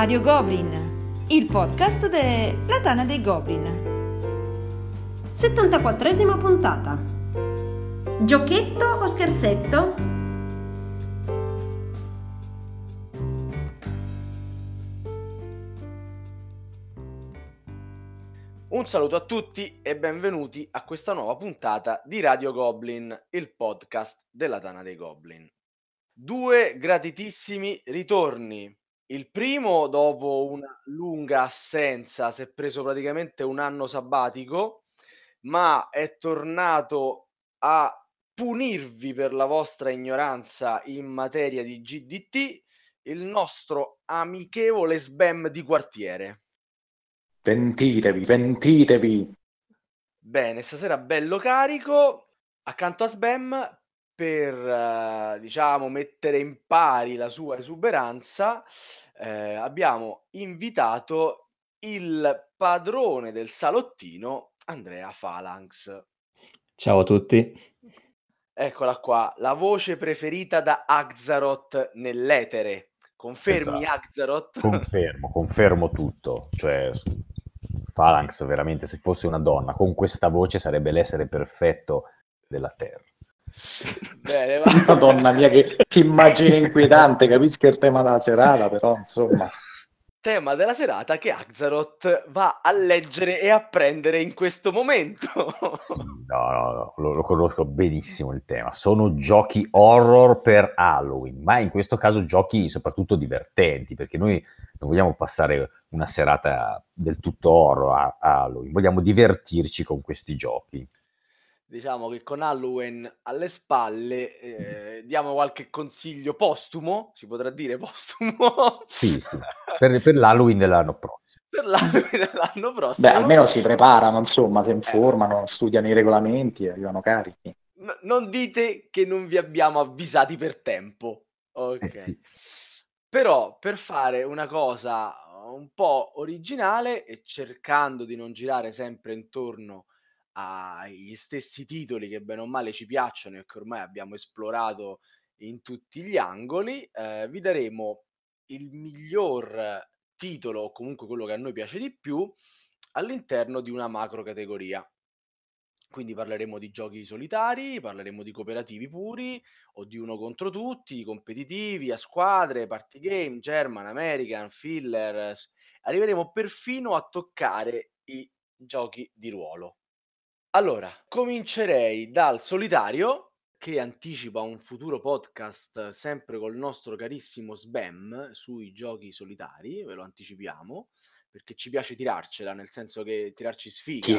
Radio Goblin, il podcast della Tana dei Goblin. 74esima puntata. Giochetto o scherzetto? Un saluto a tutti e benvenuti a questa nuova puntata di Radio Goblin, il podcast della Tana dei Goblin. Due gratitissimi ritorni. Il primo dopo una lunga assenza, si è preso praticamente un anno sabbatico, ma è tornato a punirvi per la vostra ignoranza in materia di GDT, il nostro amichevole sbam di quartiere. Pentitevi. Bene, stasera bello carico, accanto a Sbam, per mettere in pari la sua esuberanza, abbiamo invitato il padrone del salottino, Andrea Phalanx. Ciao a tutti. Eccola qua, la voce preferita da Axaroth nell'etere. Confermi, Esatto. Axaroth? Confermo tutto. Cioè, Phalanx veramente, se fosse una donna, con questa voce sarebbe l'essere perfetto della Terra. Bene, Madonna mia, che immagine inquietante. Capisco il tema della serata, però insomma. Tema della serata che Axaroth va a leggere e a prendere in questo momento. Sì, no, lo conosco benissimo il tema. Sono giochi horror per Halloween, ma in questo caso giochi soprattutto divertenti, perché noi non vogliamo passare una serata del tutto horror a Halloween, vogliamo divertirci con questi giochi. Diciamo che con Halloween alle spalle diamo qualche consiglio postumo, si potrà dire postumo? Sì. Per l'Halloween dell'anno prossimo. Per l'Halloween dell'anno prossimo. Beh, almeno si preparano, insomma, si informano, studiano i regolamenti e arrivano carichi. Non dite che non vi abbiamo avvisati per tempo. Ok. Sì. Però per fare una cosa un po' originale e cercando di non girare sempre intorno agli stessi titoli che bene o male ci piacciono e che ormai abbiamo esplorato in tutti gli angoli, vi daremo il miglior titolo o comunque quello che a noi piace di più all'interno di una macro categoria. Quindi parleremo di giochi solitari, parleremo di cooperativi puri o di uno contro tutti, competitivi, a squadre, party game, German, American, filler. Arriveremo perfino a toccare i giochi di ruolo. Allora, comincerei dal solitario, che anticipa un futuro podcast sempre col nostro carissimo Sbam sui giochi solitari, ve lo anticipiamo, perché ci piace tirarcela, nel senso che tirarci sfiga.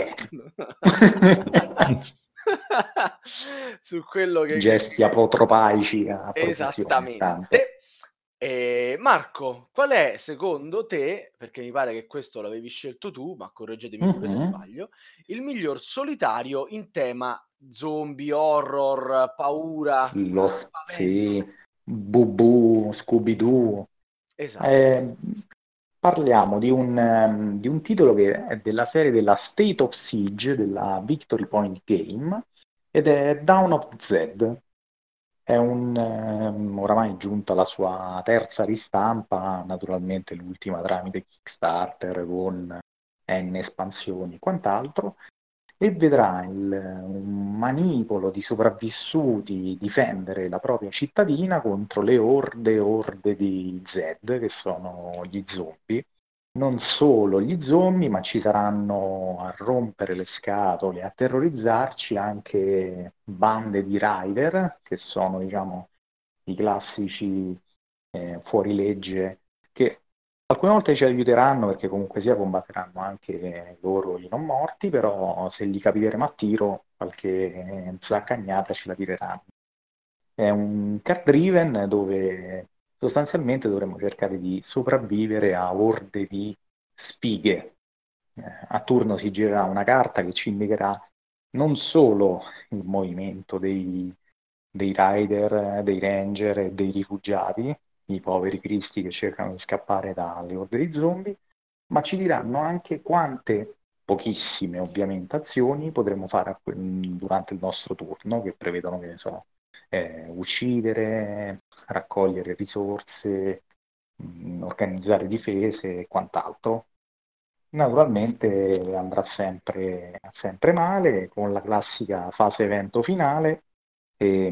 Su quello che... Gesti apotropaici a Esattamente. Marco, qual è secondo te, perché mi pare che questo l'avevi scelto tu, ma correggetemi pure se sbaglio, il miglior solitario in tema zombie, horror, paura, Sì, Bubu, Scooby-Doo. Esatto. Parliamo di un titolo che è della serie della State of Siege, della Victory Point Game, ed è Dawn of Z. È oramai giunta alla sua terza ristampa, naturalmente l'ultima tramite Kickstarter con N espansioni e quant'altro, e vedrà un manipolo di sopravvissuti difendere la propria cittadina contro le orde di Z, che sono gli zombie. Non solo gli zombie, ma ci saranno a rompere le scatole, a terrorizzarci anche bande di rider, che sono, diciamo, i classici fuorilegge, che alcune volte ci aiuteranno perché comunque sia combatteranno anche loro i non morti, però se li capiremo a tiro qualche zaccagnata ce la tireranno. È un card driven dove sostanzialmente dovremo cercare di sopravvivere a orde di spighe. A turno si girerà una carta che ci indicherà non solo il movimento dei rider, dei ranger e dei rifugiati, i poveri cristi che cercano di scappare dalle orde di zombie, ma ci diranno anche quante, pochissime ovviamente, azioni potremo fare durante il nostro turno, che prevedono, che ne so, uccidere, raccogliere risorse, organizzare difese e quant'altro. Naturalmente andrà sempre male, con la classica fase evento finale e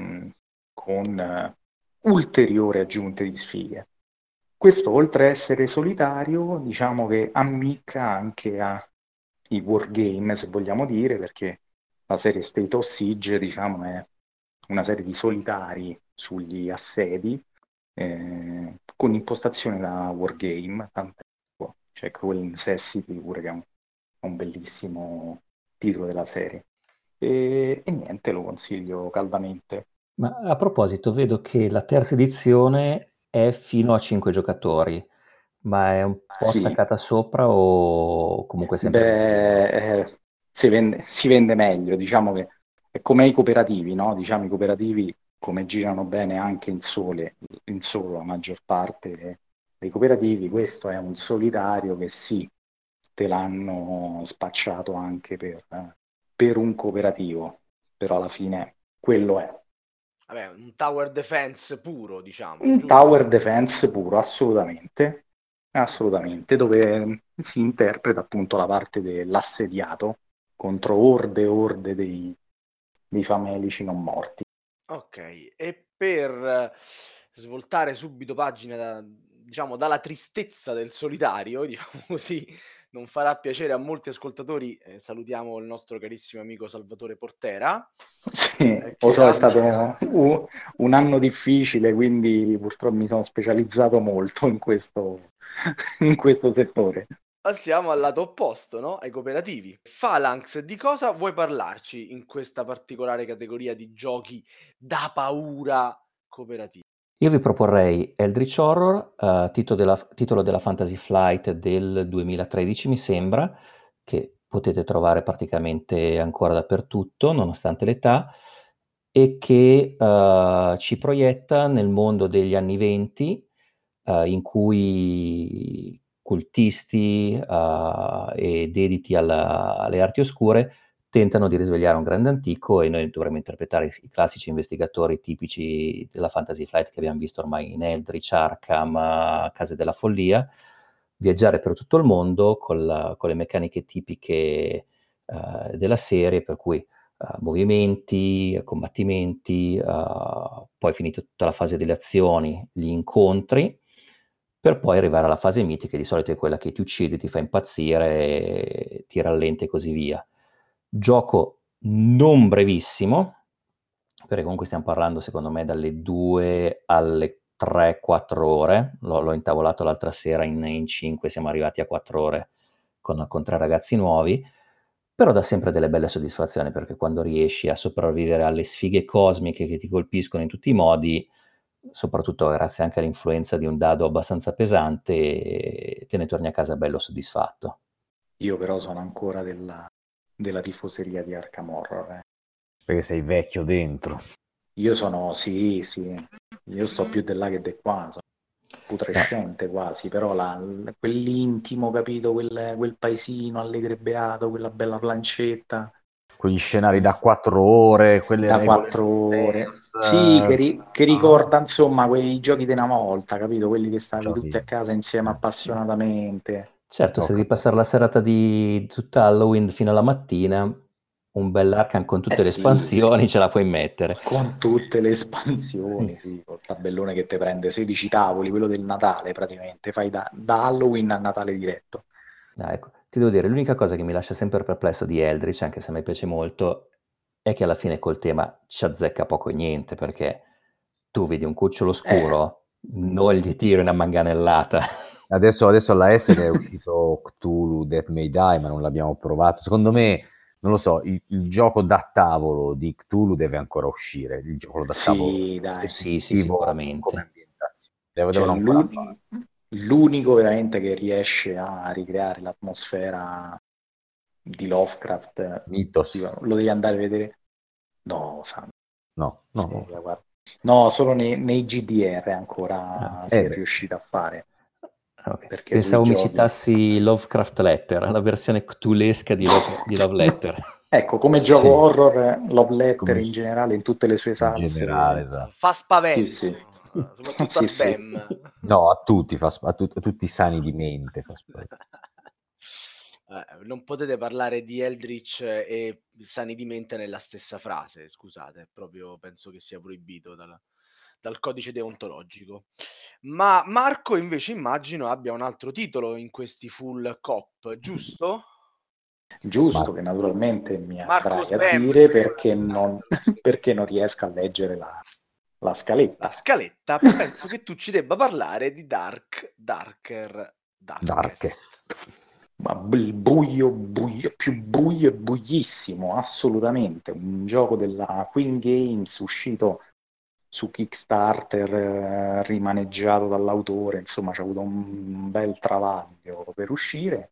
con ulteriori aggiunte di sfighe. Questo, oltre a essere solitario, diciamo che ammicca anche ai wargame, se vogliamo dire, perché la serie State of Siege, diciamo, è una serie di solitari sugli assedi, con impostazione da wargame. C'è Cruel Necessity pure, che è un bellissimo titolo della serie. E niente, lo consiglio caldamente. Ma a proposito, vedo che la terza edizione è fino a 5 giocatori, ma è un po' Sì. attaccata sopra o comunque sempre... si vende meglio, diciamo che è come i cooperativi, no? Diciamo i cooperativi, come girano bene anche in solo la maggior parte dei cooperativi, questo è un solitario che sì, te l'hanno spacciato anche per un cooperativo, però alla fine quello è. Vabbè, un tower defense puro, diciamo. Un giusto? tower defense puro, assolutamente, dove si interpreta appunto la parte dell'assediato contro orde e orde dei famelici non morti. Ok, e per svoltare subito pagina diciamo dalla tristezza del solitario, diciamo così, non farà piacere a molti ascoltatori, salutiamo il nostro carissimo amico Salvatore Portera. Sì, lo so, è stato un anno difficile, quindi purtroppo mi sono specializzato molto in questo settore. Passiamo al lato opposto, no? Ai cooperativi. Phalanx, di cosa vuoi parlarci in questa particolare categoria di giochi da paura cooperativi? Io vi proporrei Eldritch Horror, titolo della Fantasy Flight del 2013 mi sembra, che potete trovare praticamente ancora dappertutto, nonostante l'età, e che ci proietta nel mondo degli anni '20, in cui cultisti e dediti alle arti oscure tentano di risvegliare un grande antico e noi dovremmo interpretare i classici investigatori tipici della Fantasy Flight che abbiamo visto ormai in Eldritch, Arkham, Case della Follia, viaggiare per tutto il mondo con le meccaniche tipiche della serie, per cui movimenti, combattimenti, poi finito tutta la fase delle azioni, gli incontri, per poi arrivare alla fase mitica, che di solito è quella che ti uccide, ti fa impazzire, ti rallenta e così via. Gioco non brevissimo, perché comunque stiamo parlando secondo me dalle 2 alle 3-4 ore, l'ho intavolato l'altra sera in 5, siamo arrivati a 4 ore con 3 ragazzi nuovi, però dà sempre delle belle soddisfazioni, perché quando riesci a sopravvivere alle sfighe cosmiche che ti colpiscono in tutti i modi, soprattutto grazie anche all'influenza di un dado abbastanza pesante, te ne torni a casa bello soddisfatto. Io però sono ancora della tifoseria di Arkham Horror. Perché sei vecchio dentro. Io sì, io sto più là che di qua, sono putrescente quasi, però quell'intimo, capito, quel paesino allegre e beato, quella bella plancetta. Quegli scenari da 4 ore, quelle da 4 ore, sì, che ricorda insomma quei giochi di una volta, capito? Quelli che stavi tutti a casa insieme appassionatamente. Certo, se devi passare la serata di tutta Halloween fino alla mattina, un bel Arkham con tutte le espansioni ce la puoi mettere. Con tutte le espansioni, sì, col tabellone che ti prende 16 tavoli, quello del Natale praticamente, fai da Halloween a Natale diretto. Ecco, ti devo dire, l'unica cosa che mi lascia sempre perplesso di Eldritch, anche se a me piace molto, è che alla fine col tema ci azzecca poco e niente, perché tu vedi un cucciolo scuro, non gli tiri una manganellata. Adesso alla S che è uscito Cthulhu Death May Die, ma non l'abbiamo provato. Secondo me, non lo so, il gioco da tavolo di Cthulhu deve ancora uscire. Il gioco da tavolo, dai. Sì, sicuramente. L'unico veramente che riesce a ricreare l'atmosfera di Lovecraft, Mythos. Lo devi andare a vedere. No, solo nei GDR ancora si è riuscito a fare. Okay. Pensavo mi citassi Lovecraft Letter, la versione cthulesca di Love Letter. Ecco, come gioco horror, Love Letter in generale, in tutte le sue salse. In generale, esatto. Fa spavento. Sì. soprattutto a Sì, sì. Spam. No, a tutti, a tutti sani di mente fa specie. Non potete parlare di Eldritch e sani di mente nella stessa frase, scusate, proprio penso che sia proibito dal codice deontologico. Ma Marco invece immagino abbia un altro titolo in questi full cop, giusto? Giusto, Ma che naturalmente mi Marco avrai a Spam, dire perché non riesco a leggere la la scaletta. scaletta, penso che tu ci debba parlare di Darkest. Darkest. Ma il buio, più buio e buissimo, assolutamente. Un gioco della Queen Games uscito su Kickstarter, rimaneggiato dall'autore, insomma, c'è avuto un bel travaglio per uscire.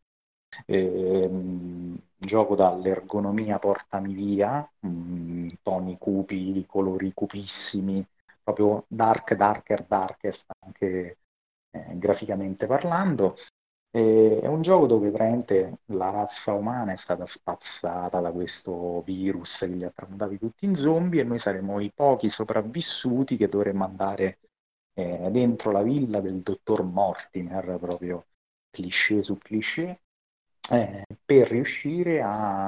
Gioco dall'ergonomia portami via, toni cupi, colori cupissimi, proprio darkest, anche graficamente parlando. È un gioco dove veramente la razza umana è stata spazzata da questo virus che li ha tramutati tutti in zombie e noi saremo i pochi sopravvissuti che dovremmo andare dentro la villa del dottor Mortimer, proprio cliché su cliché, per riuscire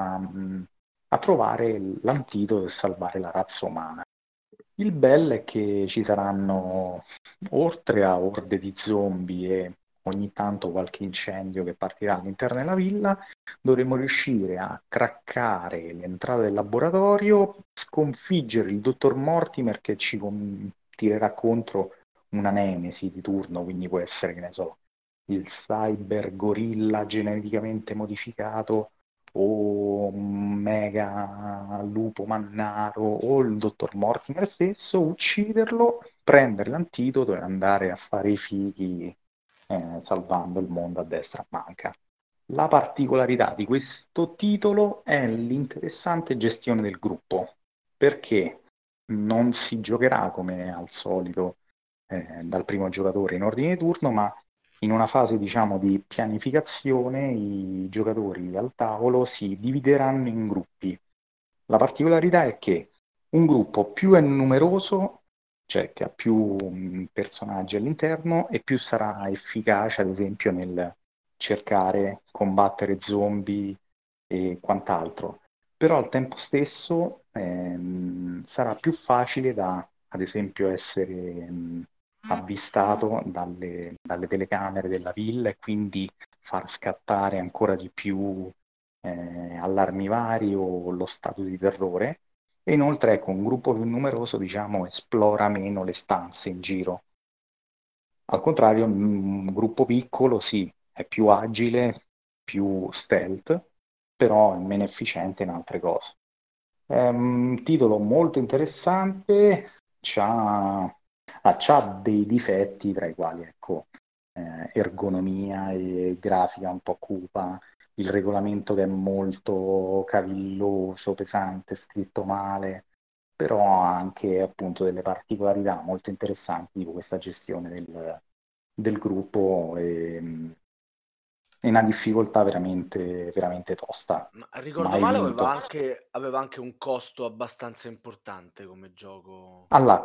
a trovare l'antidoto e salvare la razza umana. Il bello è che ci saranno, oltre a orde di zombie e ogni tanto qualche incendio che partirà all'interno della villa, dovremo riuscire a craccare l'entrata del laboratorio, sconfiggere il dottor Mortimer che ci tirerà contro una nemesi di turno, quindi può essere, che ne so, il cyber gorilla geneticamente modificato o un mega lupo mannaro o il dottor Mortimer stesso, ucciderlo, prendere l'antidoto e andare a fare i fighi salvando il mondo a destra e a manca. La particolarità di questo titolo è l'interessante gestione del gruppo, perché non si giocherà come al solito dal primo giocatore in ordine di turno, ma in una fase, diciamo, di pianificazione i giocatori al tavolo si divideranno in gruppi. La particolarità è che un gruppo più è numeroso, cioè che ha più personaggi all'interno, e più sarà efficace, ad esempio, nel cercare, combattere zombie e quant'altro. Però al tempo stesso sarà più facile da, ad esempio, essere avvistato dalle telecamere della villa e quindi far scattare ancora di più allarmi vari o lo stato di terrore. E inoltre, ecco, un gruppo più numeroso, diciamo, esplora meno le stanze in giro. Al contrario, un gruppo piccolo sì, è più agile, più stealth, però è meno efficiente in altre cose. È un titolo molto interessante, c'ha dei difetti tra i quali, ecco, ergonomia e grafica un po' cupa, il regolamento che è molto cavilloso, pesante, scritto male, però ha anche appunto delle particolarità molto interessanti, tipo questa gestione del gruppo e una difficoltà veramente, veramente tosta. Ma ricordo Mai male, vinto. aveva anche un costo abbastanza importante come gioco. Allora,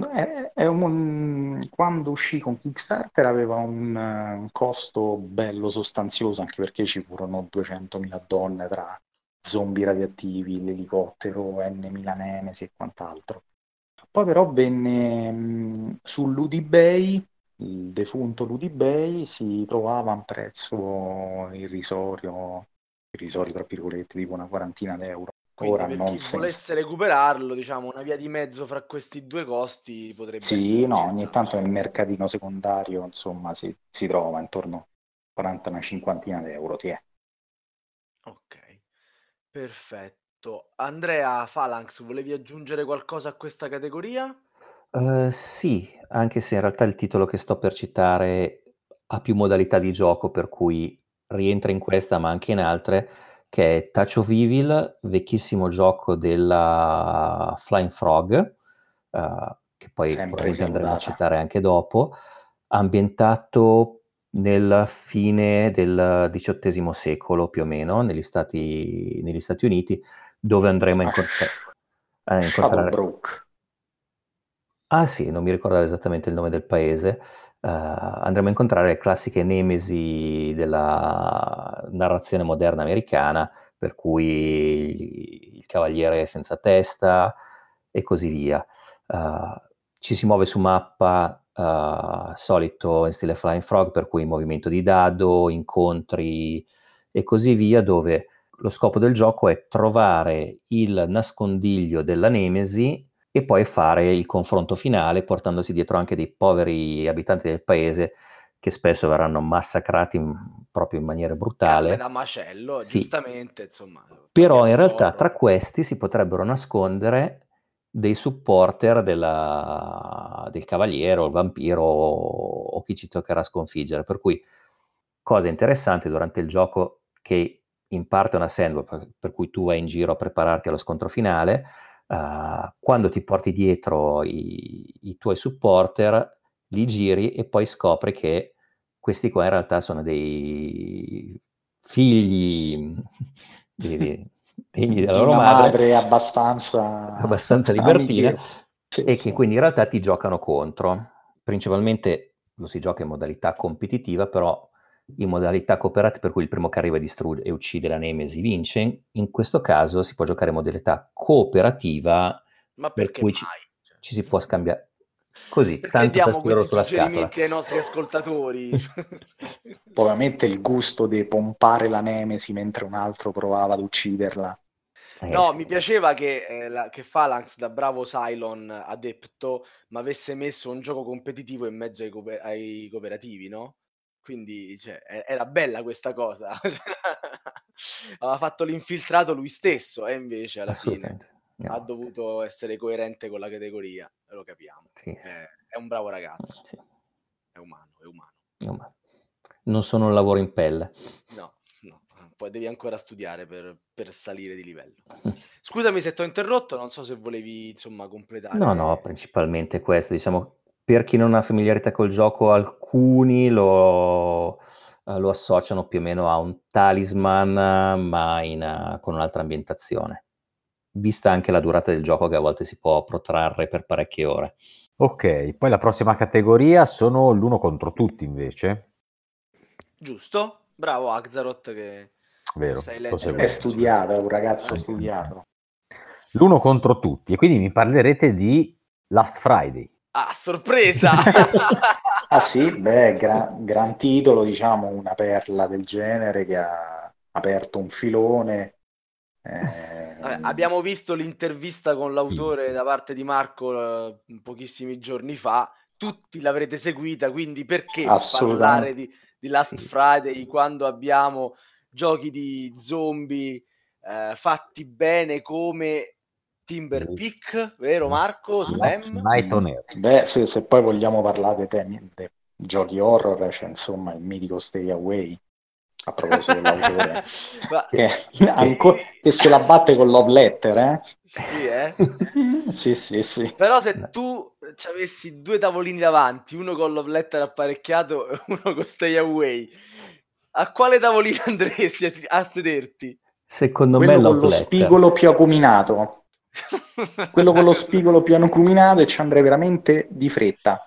quando uscì con Kickstarter aveva un costo bello sostanzioso, anche perché ci furono 200.000 donne tra zombie radioattivi, l'elicottero, N.000 nemesi e quant'altro. Poi però venne su Ludibay, il defunto Ludibay, si trovava a un prezzo irrisorio tra virgolette, tipo una quarantina d'euro. Quindi Ora per non chi senso. volesse recuperarlo, diciamo, una via di mezzo fra questi due costi potrebbe essere Sì, no, ogni tanto accettabile. nel mercatino secondario, insomma, si trova intorno a 40, una cinquantina d'euro, ti è. Ok, perfetto. Andrea Phalanx, volevi aggiungere qualcosa a questa categoria? Sì, anche se in realtà il titolo che sto per citare ha più modalità di gioco, per cui rientra in questa, ma anche in altre, che è Touch of Evil, vecchissimo gioco della Flying Frog, che poi Sempre probabilmente andremo a rivalutata. citare anche dopo, ambientato nel fine del XVIII secolo più o meno, negli Stati Uniti, dove andremo a A incontrare. Shadowbrook. Ah sì, non mi ricordavo esattamente il nome del paese. Andremo a incontrare le classiche nemesi della narrazione moderna americana, per cui il cavaliere senza testa e così via. Ci si muove su mappa, solito in stile Flying Frog, per cui movimento di dado, incontri e così via, dove lo scopo del gioco è trovare il nascondiglio della nemesi e poi fare il confronto finale, portandosi dietro anche dei poveri abitanti del paese che spesso verranno massacrati proprio in maniera Carne brutale. da macello, Sì. giustamente, insomma. Però parliamo in di realtà horror. tra questi si potrebbero nascondere dei supporter del cavaliere o il vampiro o chi ci toccherà sconfiggere. Per cui, cosa interessante durante il gioco, che in parte è una sandbox, per cui tu vai in giro a prepararti allo scontro finale, quando ti porti dietro i tuoi supporter, li giri e poi scopri che questi qua in realtà sono dei figli degni della Di loro una madre, madre abbastanza abbastanza libertina, amichevole. Sì, e sì. che quindi in realtà ti giocano contro. Principalmente lo si gioca in modalità competitiva, però in modalità cooperativa, per cui il primo che arriva e uccide la nemesi vince. In questo caso si può giocare in modalità cooperativa, Ma per perché cui mai? Cioè, ci si può scambiare così, perché tanto per diamo scriverlo questi sulla scatola. suggerimenti ai nostri ascoltatori? Poi ovviamente il gusto di pompare la nemesi mentre un altro provava ad ucciderla. No, Sì. mi piaceva che Phalanx, da bravo Cylon adepto, mi avesse messo un gioco competitivo in mezzo ai cooperativi, no? Quindi cioè, era bella questa cosa. Aveva fatto l'infiltrato lui stesso e invece alla fine Assolutamente. No. ha dovuto essere coerente con la categoria, e lo capiamo. Sì. È un bravo ragazzo, Sì. è umano, è umano. No, ma non sono un lavoro in pelle. No, poi devi ancora studiare per salire di livello. Scusami se t'ho interrotto, non so se volevi, insomma, No, completare. principalmente questo. Diciamo, per chi non ha familiarità col gioco, alcuni lo associano più o meno a un talisman, ma con un'altra ambientazione. Vista anche la durata del gioco, che a volte si può protrarre per parecchie ore. Ok, poi la prossima categoria sono l'uno contro tutti invece. Giusto? Bravo Axaroth che Vero, sai sto leggere È le seguendo. studiato, è un ragazzo Eh. studiato. L'uno contro tutti, e quindi mi parlerete di Last Friday. Ah, sorpresa! Ah sì, beh, gran titolo, diciamo, una perla del genere che ha aperto un filone. Vabbè, abbiamo visto l'intervista con l'autore Sì. da parte di Marco pochissimi giorni fa, tutti l'avrete seguita, quindi perché parlare Assolutamente. di Last Sì. Friday quando abbiamo giochi di zombie fatti bene come Timber Peak, vero Marco? Last Slam? Night on Air. Beh, se poi vogliamo parlare dei temi, dei giochi horror, c'è insomma il mitico Stay Away, a proposito dell'autore, Ma- che se la batte con Love Letter, eh? Sì, eh? Sì, sì, sì. Però se No. tu ci avessi due tavolini davanti, uno con Love Letter apparecchiato e uno con Stay Away, a quale tavolino andresti a sederti? Secondo me Quello con Love lo Letter. spigolo più acuminato. Quello con lo spigolo più acuminato, e ci andrei veramente di fretta.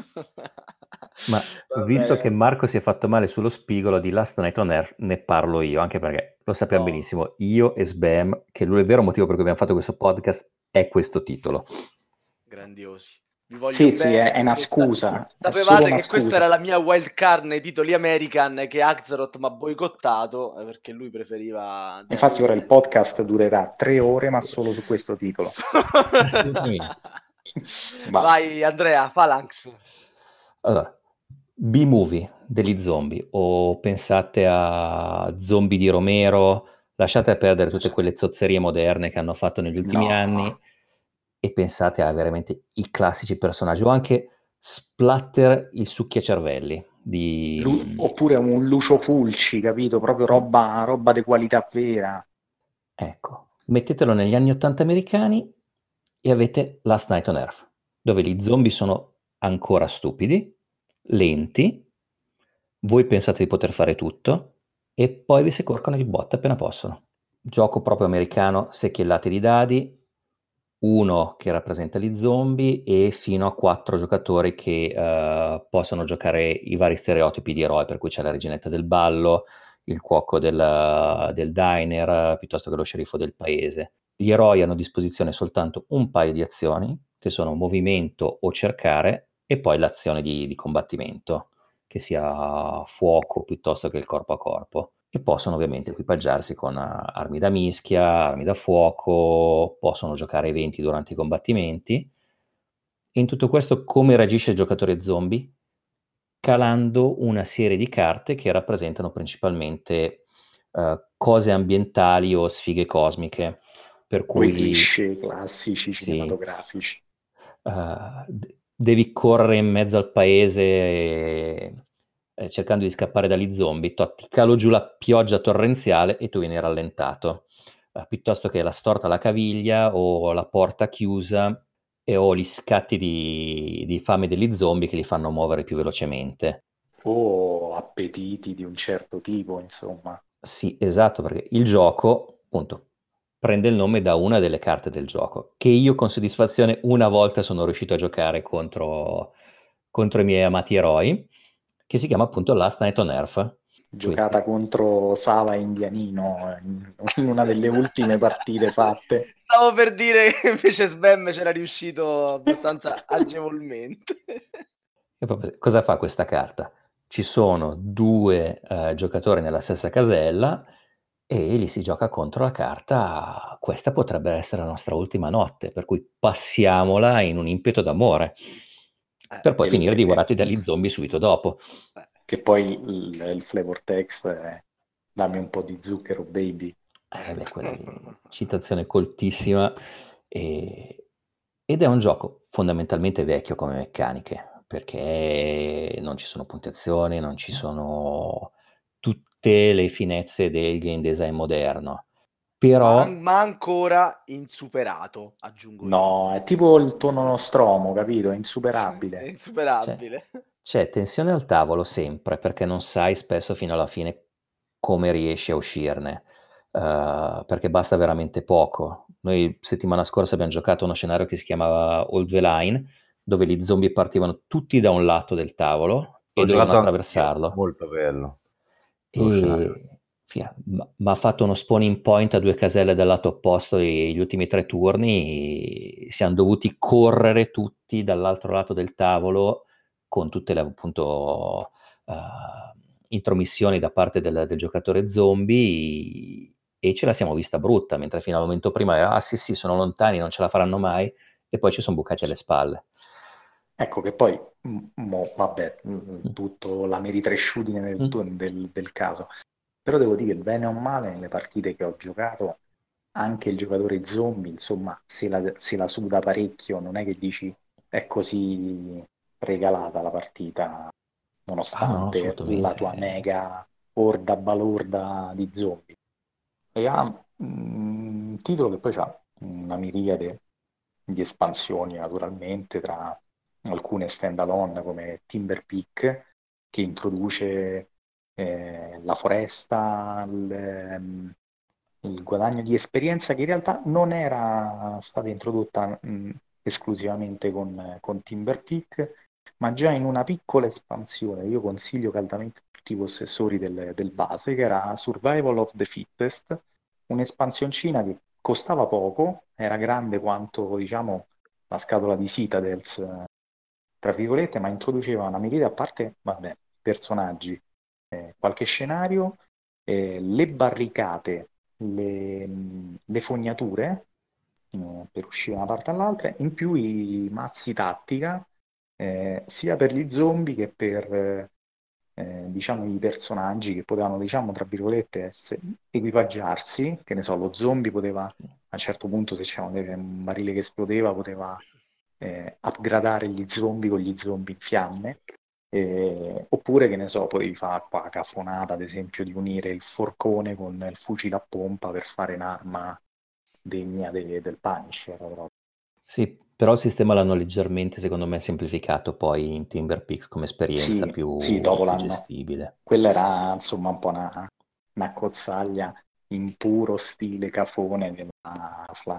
Ma Va visto bene. che Marco si è fatto male sullo spigolo di Last Night on Air, ne parlo io, anche perché lo sappiamo Oh, benissimo, io e Sbam, che il vero motivo per cui abbiamo fatto questo podcast è questo titolo. grandiosi. Vi voglio Sì, sì, bene. è una perché scusa, è solo sapevate una che questa scusa. era la mia wild card nei titoli American che Axaroth mi ha boicottato perché lui preferiva Infatti ora il podcast durerà 3 ore, ma solo su questo titolo. Assolutamente. Vai Andrea, Phalanx. Allora, B-movie degli zombie, o pensate a Zombie di Romero, lasciate perdere tutte quelle zozzerie moderne che hanno fatto negli ultimi No. anni e pensate a veramente i classici personaggi, o anche Splatter il succhiacervelli di... Oppure un Lucio Fulci, capito? Proprio roba di qualità vera. Ecco, mettetelo negli anni 80 americani e avete Last Night on Earth, dove gli zombie sono ancora stupidi, lenti, voi pensate di poter fare tutto e poi vi si corcono di botte appena possono. Gioco proprio americano, secchiellate di dadi, uno che rappresenta gli zombie e fino a 4 giocatori che possono giocare i vari stereotipi di eroe, per cui c'è la reginetta del ballo, il cuoco del diner, piuttosto che lo sceriffo del paese. Gli eroi hanno a disposizione soltanto un paio di azioni, che sono movimento o cercare, e poi l'azione di combattimento, che sia fuoco piuttosto che il corpo a corpo. E possono ovviamente equipaggiarsi con armi da mischia, armi da fuoco, possono giocare eventi durante i combattimenti. E in tutto questo come reagisce il giocatore zombie? Calando una serie di carte che rappresentano principalmente cose ambientali o sfighe cosmiche, per Quei cui cliché classici sì, cinematografici. devi correre in mezzo al paese cercando di scappare dagli zombie, ti calo giù la pioggia torrenziale e tu vieni rallentato, piuttosto che la storta alla caviglia o la porta chiusa o gli scatti di fame degli zombie che li fanno muovere più velocemente. O appetiti di un certo tipo, insomma. Sì, esatto, perché il gioco, appunto, prende il nome da una delle carte del gioco, che io con soddisfazione una volta sono riuscito a giocare contro i miei amati eroi, che si chiama appunto Last Night on Earth. Giocata contro Sava Indianino in una delle ultime partite fatte. Stavo per dire che invece Sbam c'era riuscito abbastanza agevolmente. E proprio, cosa fa questa carta? Ci sono 2 giocatori nella stessa casella e lì si gioca contro la carta. Questa potrebbe essere la nostra ultima notte, per cui passiamola in un impeto d'amore, per poi finire divorati dagli zombie subito dopo. Che poi il flavor text è dammi un po' di zucchero, baby. Quella lì, citazione coltissima, ed è un gioco fondamentalmente vecchio come meccaniche, perché non ci sono puntuazioni, non ci sono tutte le finezze del game design moderno, però Ma ancora insuperato, aggiungo io. No, è tipo il tono nostromo, capito? È insuperabile. È insuperabile. c'è tensione al tavolo sempre, perché non sai spesso fino alla fine come riesci a uscirne, perché basta veramente poco. Noi settimana scorsa abbiamo giocato a uno scenario che si chiamava Old the Line, dove gli zombie partivano tutti da un lato del tavolo e L'ho dovevano giocato anch'io, attraversarlo. molto bello lo scenario. E m'ha fatto uno spawning point a 2 caselle dal lato opposto gli ultimi 3 turni. Siamo dovuti correre tutti dall'altro lato del tavolo con tutte le appunto intromissioni da parte del giocatore zombie, e ce la siamo vista brutta, mentre fino al momento prima era sì sì sono lontani, non ce la faranno mai, e poi ci sono bucati alle spalle. Ecco che poi, vabbè, tutto la meritresciutine del caso. Però devo dire, bene o male, nelle partite che ho giocato, anche il giocatore zombie, insomma, se la suda parecchio, non è che dici è così regalata la partita, nonostante la assolutamente. tua mega orda balorda di zombie. E ha un titolo che poi ha una miriade di espansioni, naturalmente, tra alcune stand-alone come Timber Peak, che introduce la foresta, il guadagno di esperienza, che in realtà non era stata introdotta esclusivamente con Timber Peak, ma già in una piccola espansione. Io consiglio caldamente a tutti i possessori del base, che era Survival of the Fittest, un'espansioncina che costava poco, era grande quanto, diciamo, la scatola di Citadels, tra virgolette, ma introduceva una miriade, a parte, vabbè, personaggi, qualche scenario, le barricate, le fognature per uscire da una parte all'altra, in più i mazzi tattica, sia per gli zombie che per diciamo i personaggi che potevano, diciamo, tra virgolette, equipaggiarsi, che ne so, lo zombie poteva a un certo punto, se c'era un barile che esplodeva, poteva upgradare gli zombie con gli zombie in fiamme, oppure, che ne so, potevi fare qua cafonata, ad esempio, di unire il forcone con il fucile a pompa per fare un'arma degna del Punisher. Proprio. Sì, però il sistema l'hanno leggermente, secondo me, semplificato poi in Timber Peaks come esperienza Sì, dopo più l'anno. gestibile. Quella era, insomma, un po' una cozzaglia in puro stile cafone della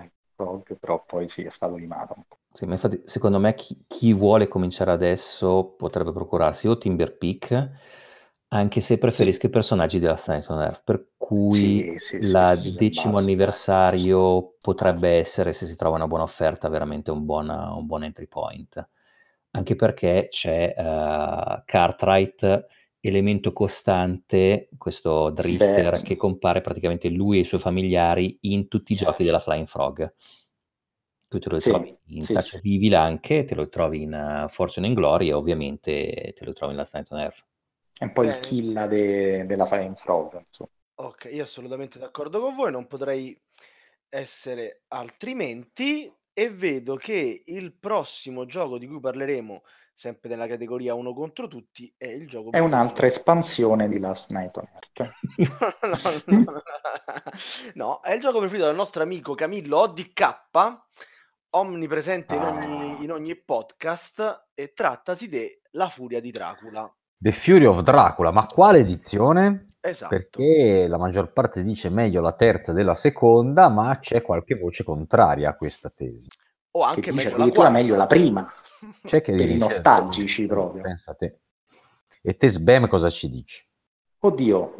Frog, però poi sì, è stato limato un po'. Sì, ma infatti secondo me chi vuole cominciare adesso potrebbe procurarsi o Timber Peak, anche se preferisco i personaggi della Planet on Earth, per cui Sì, il del 10° basso. anniversario potrebbe essere, se si trova una buona offerta, veramente un buon entry point. Anche perché c'è Cartwright, elemento costante, questo drifter Beh, che compare praticamente lui e i suoi familiari in tutti i giochi della Flying Frog. Tu te lo trovi in sì. Touch of Evil anche, te lo trovi in Fortune and Glory e ovviamente te lo trovi in Last Night on Earth. È un po' il Bene. kill della Flying Frog, insomma. Ok, io assolutamente d'accordo con voi, non potrei essere altrimenti, e vedo che il prossimo gioco di cui parleremo, sempre nella categoria uno contro tutti, è il gioco È un'altra preferito. espansione di Last Night on Earth. No, no, è il gioco preferito del nostro amico Camillo ODK, omnipresente in ogni podcast, e trattasi di La Furia di Dracula. The Fury of Dracula, ma quale edizione? Esatto. Perché la maggior parte dice meglio la terza della seconda, ma c'è qualche voce contraria a questa tesi. O Che anche dice meglio la addirittura quarta. meglio la prima, C'è che per i dice nostalgici proprio. Pensa a te. E te Sbam cosa ci dici? Oddio,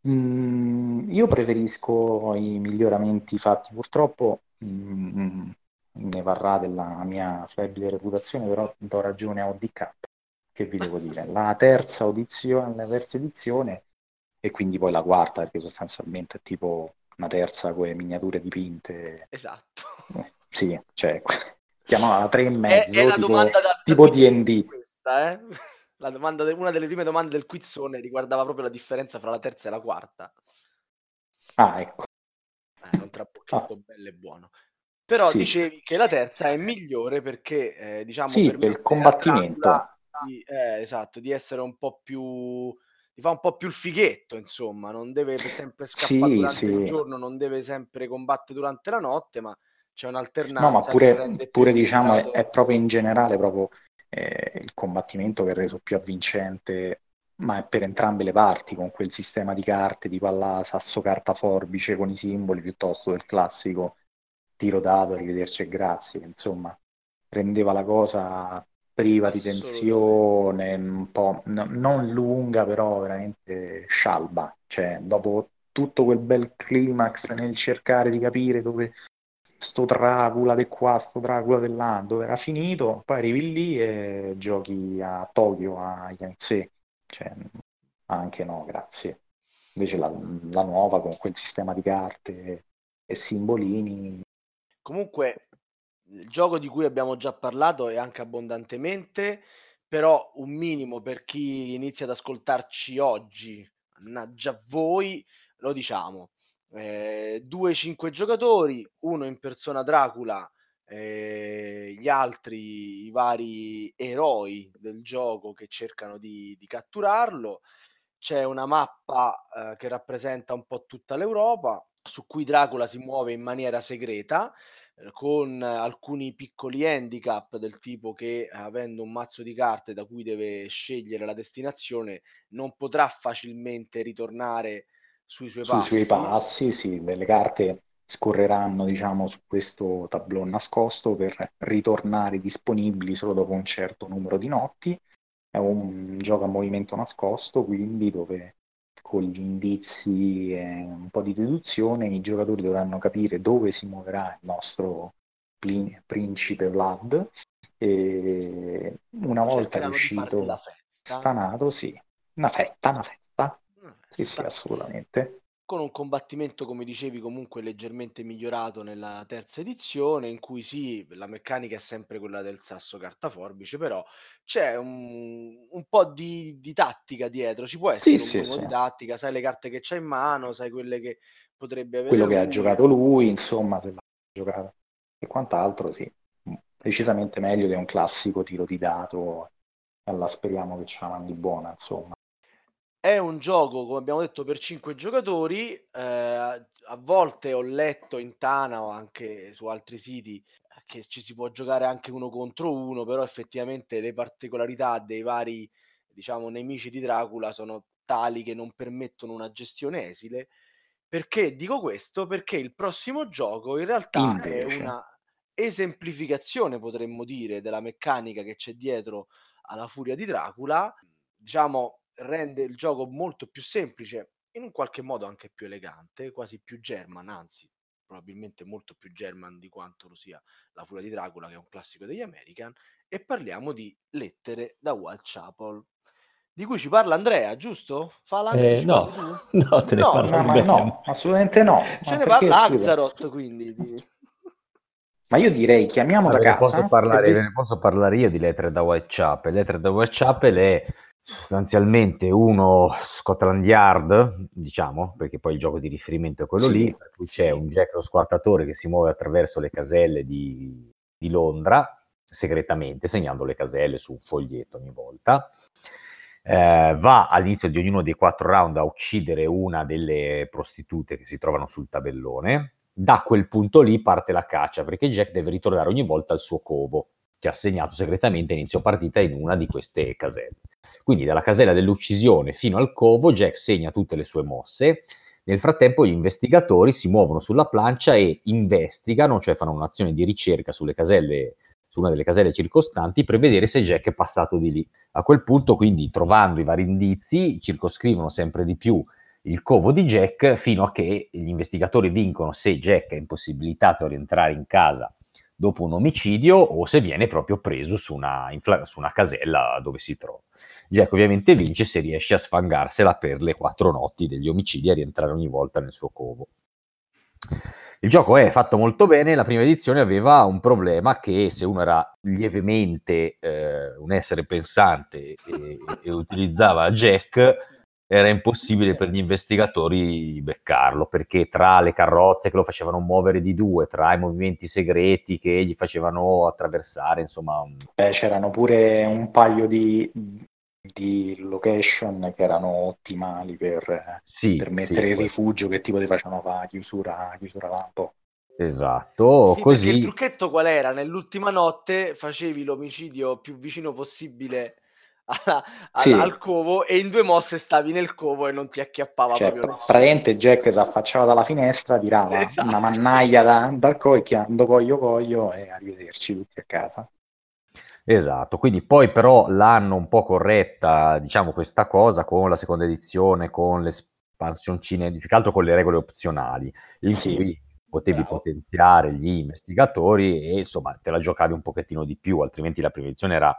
io preferisco i miglioramenti fatti, purtroppo ne varrà della mia flebile reputazione, però do ragione a ODK, che vi devo dire, la terza edizione e quindi poi la quarta, perché sostanzialmente è tipo una terza con le miniature dipinte. Esatto. Sì, cioè, chiamava 3,5, È la domanda da tipo quizzone D&D. questa, eh? La domanda una delle prime domande del quizzone riguardava proprio la differenza fra la terza e la quarta. Ah, ecco. Un trabocchetto bello e buono. Però Sì. dicevi che la terza è migliore perché, diciamo, Sì, per il permette a combattimento. Dracula esatto, di essere un po' più... di fare un po' più il fighetto, insomma. Non deve sempre scappare durante il giorno, non deve sempre combattere durante la notte, ma c'è No, ma un'alternanza che rende più pure diciamo equilibrato. è proprio in generale proprio il combattimento che è reso più avvincente, ma è per entrambe le parti, con quel sistema di carte di palla sasso carta forbice con i simboli, piuttosto del classico tiro dado, arrivederci e grazie, che, insomma, rendeva la cosa priva di tensione, un po' non lunga, però veramente scialba. Cioè, dopo tutto quel bel climax nel cercare di capire dove sto Dracula di qua, sto Dracula di là, dove era finito, poi arrivi lì e giochi a Tokyo, a Yansei. Cioè, anche no, grazie. Invece la nuova con quel sistema di carte e simbolini. Comunque, il gioco di cui abbiamo già parlato e anche abbondantemente, però un minimo per chi inizia ad ascoltarci oggi, mannaggia voi, lo diciamo. 2-5 giocatori, uno in persona Dracula, gli altri i vari eroi del gioco che cercano di catturarlo. C'è una mappa che rappresenta un po' tutta l'Europa, su cui Dracula si muove in maniera segreta, con alcuni piccoli handicap del tipo che, avendo un mazzo di carte da cui deve scegliere la destinazione, non potrà facilmente ritornare sui suoi Sui suoi passi. passi, sì, delle carte scorreranno, diciamo, su questo tableau nascosto per ritornare disponibili solo dopo un certo numero di notti. È un gioco a movimento nascosto, quindi dove con gli indizi e un po' di deduzione i giocatori dovranno capire dove si muoverà il nostro principe Vlad, e una volta Cercheranno di fargli la riuscito festa. stanato, sì, una fetta. Sì, assolutamente. Con un combattimento, come dicevi, comunque leggermente migliorato nella terza edizione, in cui sì, la meccanica è sempre quella del sasso carta forbice, però c'è un po' di tattica dietro, ci può essere un Sì. minimo di tattica, sai le carte che c'hai in mano, sai quelle che potrebbe avere Quello che ha lui. giocato lui, insomma, se l'ha giocato e quant'altro, sì. Decisamente meglio di un classico tiro di dato, alla speriamo che ce la mandi buona, insomma. È un gioco, come abbiamo detto, per 5 giocatori. A volte ho letto in Tana o anche su altri siti che ci si può giocare anche uno contro uno, però effettivamente le particolarità dei vari, diciamo, nemici di Dracula sono tali che non permettono una gestione esile. Perché dico questo? Perché il prossimo gioco in realtà è Invece, esemplificazione, potremmo dire, della meccanica che c'è dietro alla Furia di Dracula, diciamo, rende il gioco molto più semplice, in un qualche modo anche più elegante, quasi più German, anzi, probabilmente molto più German di quanto lo sia la Furia di Dracula, che è un classico degli American, e parliamo di Lettere da Whitechapel, di cui ci parla Andrea, giusto? Phalanx, ci No, parli tu? no, te ne No, parla Ma Sven. no, assolutamente no. ce Ma ne perché, parla scusa? Axaroth, quindi. Ma io direi chiamiamo da Ve ne posso casa parlare, ve ne posso parlare io di Lettere da Whitechapel. Lettere da Whitechapel è sostanzialmente uno Scotland Yard, diciamo, perché poi il gioco di riferimento è quello Sì, lì, per cui c'è un Jack lo squartatore che si muove attraverso le caselle di Londra, segretamente, segnando le caselle su un foglietto ogni volta. Va all'inizio di ognuno dei 4 round a uccidere una delle prostitute che si trovano sul tabellone. Da quel punto lì parte la caccia, perché Jack deve ritornare ogni volta al suo covo, che ha segnato segretamente a inizio partita in una di queste caselle. Quindi dalla casella dell'uccisione fino al covo Jack segna tutte le sue mosse. Nel frattempo gli investigatori si muovono sulla plancia e investigano, cioè fanno un'azione di ricerca sulle caselle, su una delle caselle circostanti, per vedere se Jack è passato di lì. A quel punto, quindi, trovando i vari indizi, circoscrivono sempre di più il covo di Jack, fino a che gli investigatori vincono se Jack è impossibilitato a rientrare in casa dopo un omicidio o se viene proprio preso su una casella dove si trova. Jack ovviamente vince se riesce a sfangarsela per le 4 notti degli omicidi e a rientrare ogni volta nel suo covo. Il gioco è fatto molto bene, la prima edizione aveva un problema che se uno era lievemente un essere pensante e utilizzava Jack, era impossibile per gli investigatori beccarlo, perché tra le carrozze che lo facevano muovere di 2, tra i movimenti segreti che gli facevano attraversare, insomma. Beh, c'erano pure un paio di location che erano ottimali per mettere il rifugio, che tipo ti facevano fare chiusura lampo. Esatto, sì, così. Perché il trucchetto qual era? Nell'ultima notte facevi l'omicidio più vicino possibile al covo e in 2 mosse stavi nel covo e non ti acchiappava proprio nessuno. Praticamente Jack si affacciava dalla finestra, tirava una mannaia dal coglio, coglio e arrivederci tutti a casa. Esatto, quindi poi però l'hanno un po' corretta, diciamo, questa cosa con la seconda edizione, con le espansioncine, più che altro con le regole opzionali, in cui potevi potenziare gli investigatori e insomma te la giocavi un pochettino di più, altrimenti la prima edizione era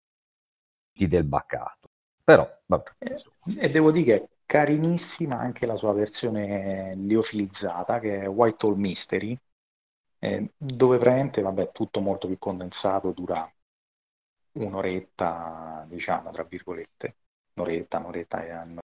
del baccato. Però, vabbè, e devo dire che è carinissima anche la sua versione liofilizzata, che è Whitehall Mystery, dove praticamente, vabbè, tutto molto più condensato, dura un'oretta, diciamo, tra virgolette, un'oretta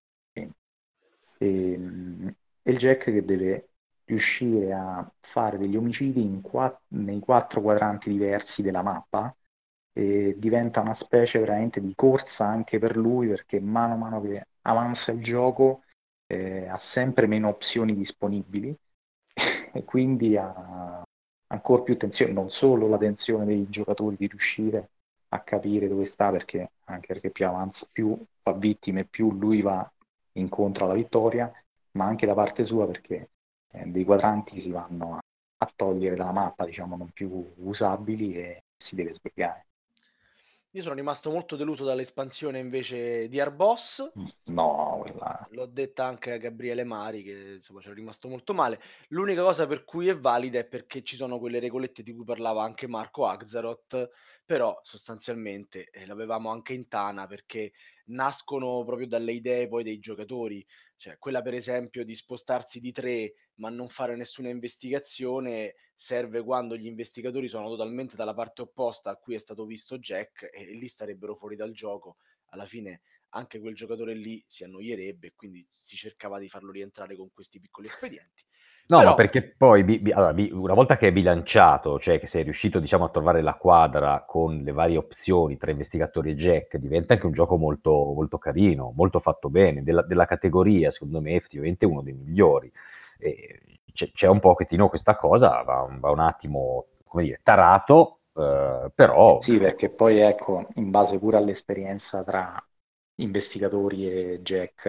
e il Jack che deve riuscire a fare degli omicidi nei 4 quadranti diversi della mappa, e diventa una specie veramente di corsa anche per lui, perché mano a mano che avanza il gioco ha sempre meno opzioni disponibili e quindi ha ancora più tensione, non solo la tensione dei giocatori di riuscire a capire dove sta, anche perché più avanza, più fa vittime, più lui va incontro alla vittoria, ma anche da parte sua, perché dei quadranti si vanno a togliere dalla mappa, diciamo, non più usabili, e si deve sbrigare. Io sono rimasto molto deluso dall'espansione invece di Arboss. No, quella... L'ho detta anche a Gabriele Mari, che insomma c'era rimasto molto male. L'unica cosa per cui è valida è perché ci sono quelle regolette di cui parlava anche Marco Axaroth, però sostanzialmente l'avevamo anche in Tana, perché nascono proprio dalle idee poi dei giocatori. Cioè, quella per esempio di spostarsi di 3 ma non fare nessuna investigazione serve quando gli investigatori sono totalmente dalla parte opposta a cui è stato visto Jack, e lì starebbero fuori dal gioco. Alla fine anche quel giocatore lì si annoierebbe e quindi si cercava di farlo rientrare con questi piccoli espedienti. No, però... ma perché poi allora, una volta che è bilanciato, cioè che sei riuscito, diciamo, a trovare la quadra con le varie opzioni tra investigatori e Jack, diventa anche un gioco molto, molto carino, molto fatto bene, della categoria, secondo me, effettivamente uno dei migliori. C'è un pochettino questa cosa, va un attimo, come dire, tarato, però... Sì, perché poi, ecco, in base pure all'esperienza tra investigatori e Jack,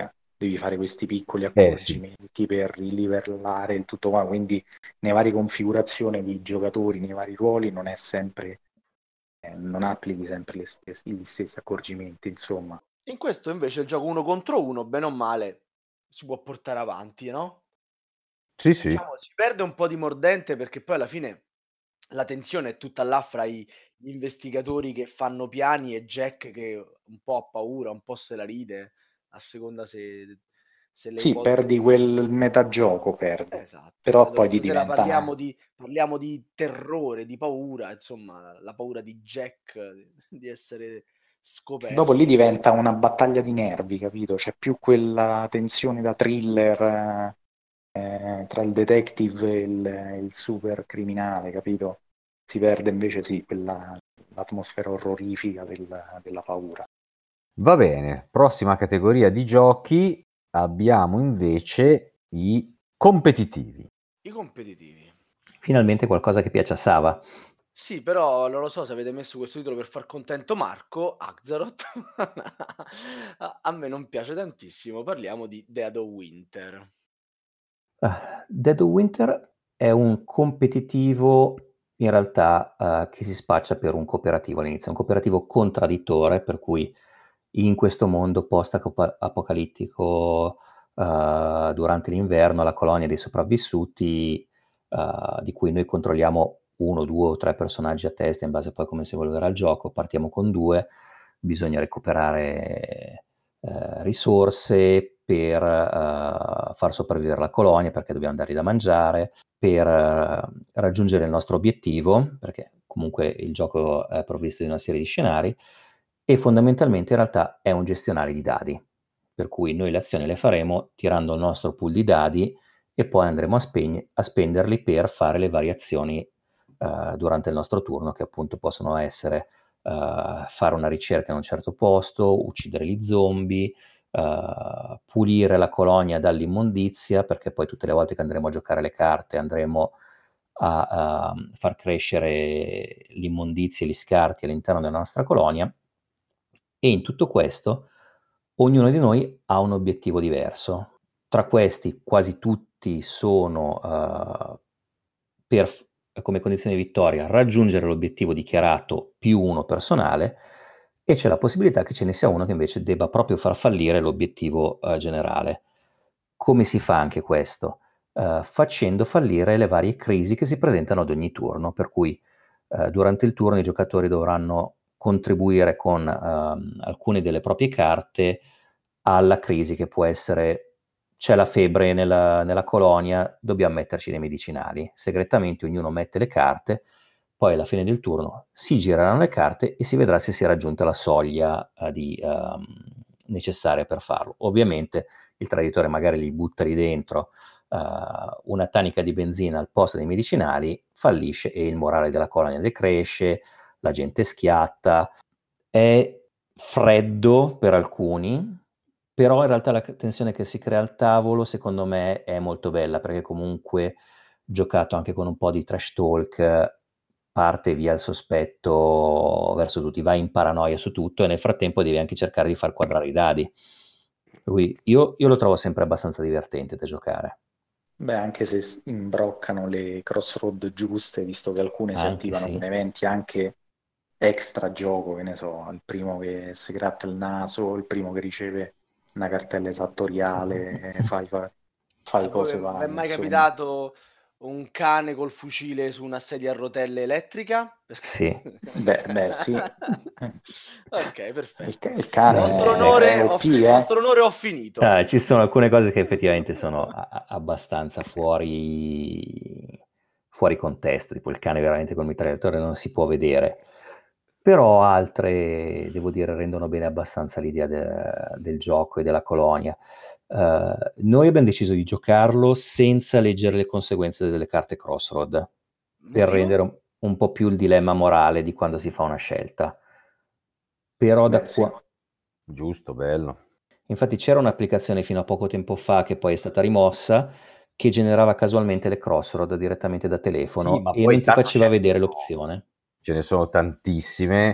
devi fare questi piccoli Sì. accorgimenti per rilivellare il tutto qua, quindi nelle varie configurazioni di giocatori, nei vari ruoli non è sempre, non applichi sempre gli stessi accorgimenti, insomma. In questo invece il gioco 1 contro 1, bene o male, si può portare avanti, no? Sì. Diciamo, si perde un po' di mordente perché poi alla fine la tensione è tutta là fra gli investigatori che fanno piani e Jack che un po' ha paura, un po' se la ride, a seconda se le Sì, ipotesi... perdi quel metagioco, perdi, Esatto, però poi ti stasera diventa... parliamo di terrore, di paura, insomma, la paura di Jack di essere scoperto. Dopo lì diventa una battaglia di nervi, capito? C'è più quella tensione da thriller tra il detective e il super criminale, capito? Si perde invece sì, l'atmosfera orrorifica della paura. Va bene, prossima categoria di giochi abbiamo invece i competitivi. I competitivi. Finalmente qualcosa che piace a Sava. Sì, però non lo so se avete messo questo titolo per far contento Marco, Axaroth. A me non piace tantissimo, parliamo di Dead of Winter. Dead of Winter è un competitivo in realtà che si spaccia per un cooperativo all'inizio, un cooperativo contraddittore, per cui in questo mondo post-apocalittico durante l'inverno la colonia dei sopravvissuti di cui noi controlliamo 1, 2 o 3 personaggi a testa in base poi a come si evolverà il gioco, partiamo con 2, bisogna recuperare risorse per far sopravvivere la colonia perché dobbiamo dargli da mangiare, per raggiungere il nostro obiettivo, perché comunque il gioco è provvisto di una serie di scenari, e fondamentalmente in realtà è un gestionale di dadi, per cui noi le azioni le faremo tirando il nostro pool di dadi e poi andremo a spenderli per fare le variazioni durante il nostro turno, che appunto possono essere fare una ricerca in un certo posto, uccidere gli zombie, pulire la colonia dall'immondizia, perché poi tutte le volte che andremo a giocare le carte andremo a far crescere l'immondizia e gli scarti all'interno della nostra colonia, e in tutto questo ognuno di noi ha un obiettivo diverso. Tra questi quasi tutti sono come condizione di vittoria raggiungere l'obiettivo dichiarato più uno personale, e c'è la possibilità che ce ne sia uno che invece debba proprio far fallire l'obiettivo generale. Come si fa anche questo? Facendo fallire le varie crisi che si presentano ad ogni turno, per cui durante il turno i giocatori dovranno contribuire con alcune delle proprie carte alla crisi, che può essere: c'è la febbre nella colonia, dobbiamo metterci dei medicinali. Segretamente ognuno mette le carte, poi alla fine del turno si gireranno le carte e si vedrà se si è raggiunta la soglia necessaria per farlo. Ovviamente il traditore magari gli butta lì dentro una tanica di benzina al posto dei medicinali, fallisce e il morale della colonia decresce, la gente schiatta, è freddo per alcuni, però in realtà la tensione che si crea al tavolo secondo me è molto bella, perché comunque giocato anche con un po' di trash talk, parte via il sospetto verso tutti, vai in paranoia su tutto e nel frattempo devi anche cercare di far quadrare i dadi. Per cui io lo trovo sempre abbastanza divertente da giocare. Beh, anche se imbroccano le crossroad giuste, visto che alcune si Anche attivano sì. con eventi anche extra gioco, che ne so, il primo che si gratta il naso, il primo che riceve una cartella esattoriale, fai A cose voi vi è varie, mai insomma. capitato un cane col fucile su una sedia a rotelle elettrica? Sì. Beh, sì. Ok, perfetto. Il cane Vostro è onore, OP, vostro onore, ho finito. Ci sono alcune cose che effettivamente sono abbastanza fuori contesto, tipo il cane veramente col mitragliatore non si può vedere, però altre, devo dire, rendono bene abbastanza l'idea del gioco e della colonia. Noi abbiamo deciso di giocarlo senza leggere le conseguenze delle carte Crossroad, per Motivo? rendere un po' più il dilemma morale di quando si fa una scelta. Però da Beh, sì. qua... Giusto, bello. Infatti c'era un'applicazione fino a poco tempo fa, che poi è stata rimossa, che generava casualmente le crossroad direttamente da telefono Sì, ma e poi non ti tanto faceva vedere l'opzione. ce ne sono tantissime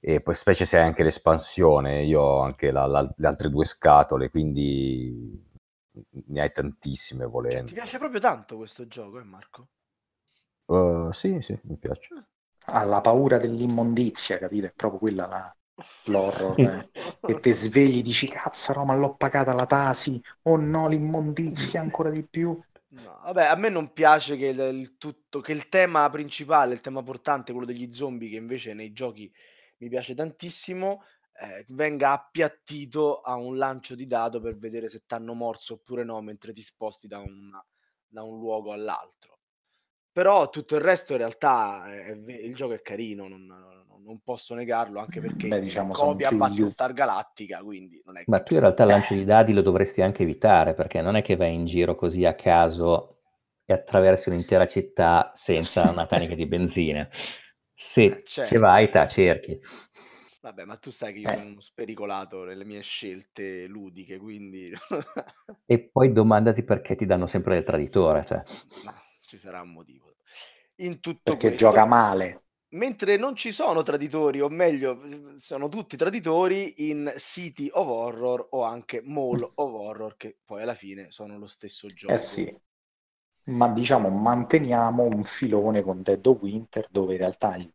e poi specie se hai anche l'espansione, io ho anche le altre 2 scatole, quindi ne hai tantissime Cioè, volendo. ti piace proprio tanto questo gioco, Marco? Sì, mi piace. Ha la paura dell'immondizia, capito? È proprio quella l'horror, che te svegli, dici cazzaro, ma l'ho pagata la Tasi, oh no, l'immondizia ancora di più. No, vabbè, a me non piace che che il tema principale, il tema portante, quello degli zombie, che invece nei giochi mi piace tantissimo, venga appiattito a un lancio di dado per vedere se t'hanno morso oppure no mentre ti sposti da un luogo all'altro. Però tutto il resto in realtà il gioco è carino, non posso negarlo, anche perché Beh, diciamo, sono copia più Battlestar Galactica, quindi non è Ma che... tu in realtà il lancio di dadi lo dovresti anche evitare, perché non è che vai in giro così a caso e attraversi un'intera città senza una tanica di benzina. Se ci certo. vai, te la cerchi. Vabbè, ma tu sai che io sono uno spericolato nelle mie scelte ludiche, quindi E poi domandati perché ti danno sempre del traditore. Cioè. no, ci sarà un motivo. In tutto perché gioca questo, male. mentre non ci sono traditori, o meglio, sono tutti traditori in City of Horror o anche Mall of Horror, che poi alla fine sono lo stesso gioco. Sì, ma diciamo manteniamo un filone con Dead of Winter, dove in realtà il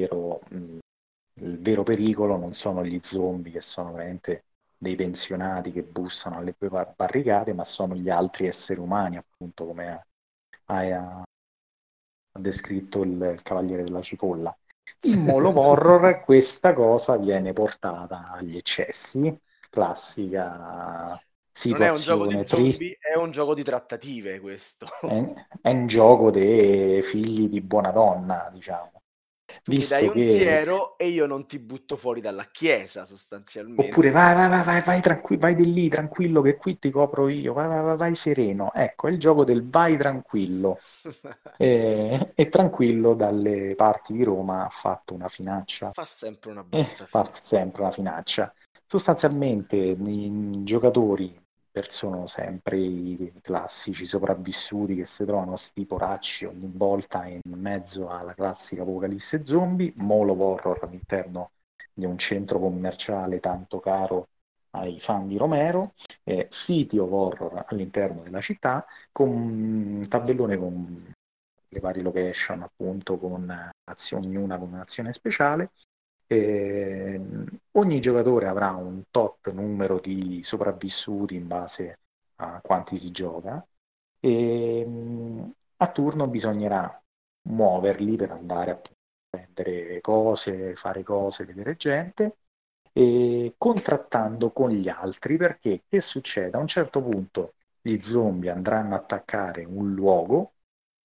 vero pericolo non sono gli zombie, che sono veramente dei pensionati che bussano alle tue barricate, ma sono gli altri esseri umani, appunto, come ha descritto il Cavaliere della Cipolla. In Mall of Horror questa cosa viene portata agli eccessi, classica Non è un gioco di situazione zombie, è un gioco di trattative questo. è un gioco dei figli di buona donna, diciamo. Tu mi dai Visto un che siero e io non ti butto fuori dalla chiesa, sostanzialmente. oppure vai tranquillo, vai di lì tranquillo che qui ti copro io, vai sereno. Ecco, è il gioco del vai tranquillo. E tranquillo dalle parti di Roma ha fatto una finaccia. Fa sempre una brutta Fa fine. sempre una finaccia. Sostanzialmente i giocatori sono sempre i classici sopravvissuti che si trovano sti poracci ogni volta in mezzo alla classica apocalisse zombie, Mall of Horror all'interno di un centro commerciale tanto caro ai fan di Romero, City of Horror all'interno della città, con un tabellone con le varie location, appunto, con ognuna con un'azione speciale. Ogni giocatore avrà un tot numero di sopravvissuti in base a quanti si gioca e a turno bisognerà muoverli per andare a prendere cose, fare cose, vedere gente, e contrattando con gli altri, perché che succede? A un certo punto gli zombie andranno a attaccare un luogo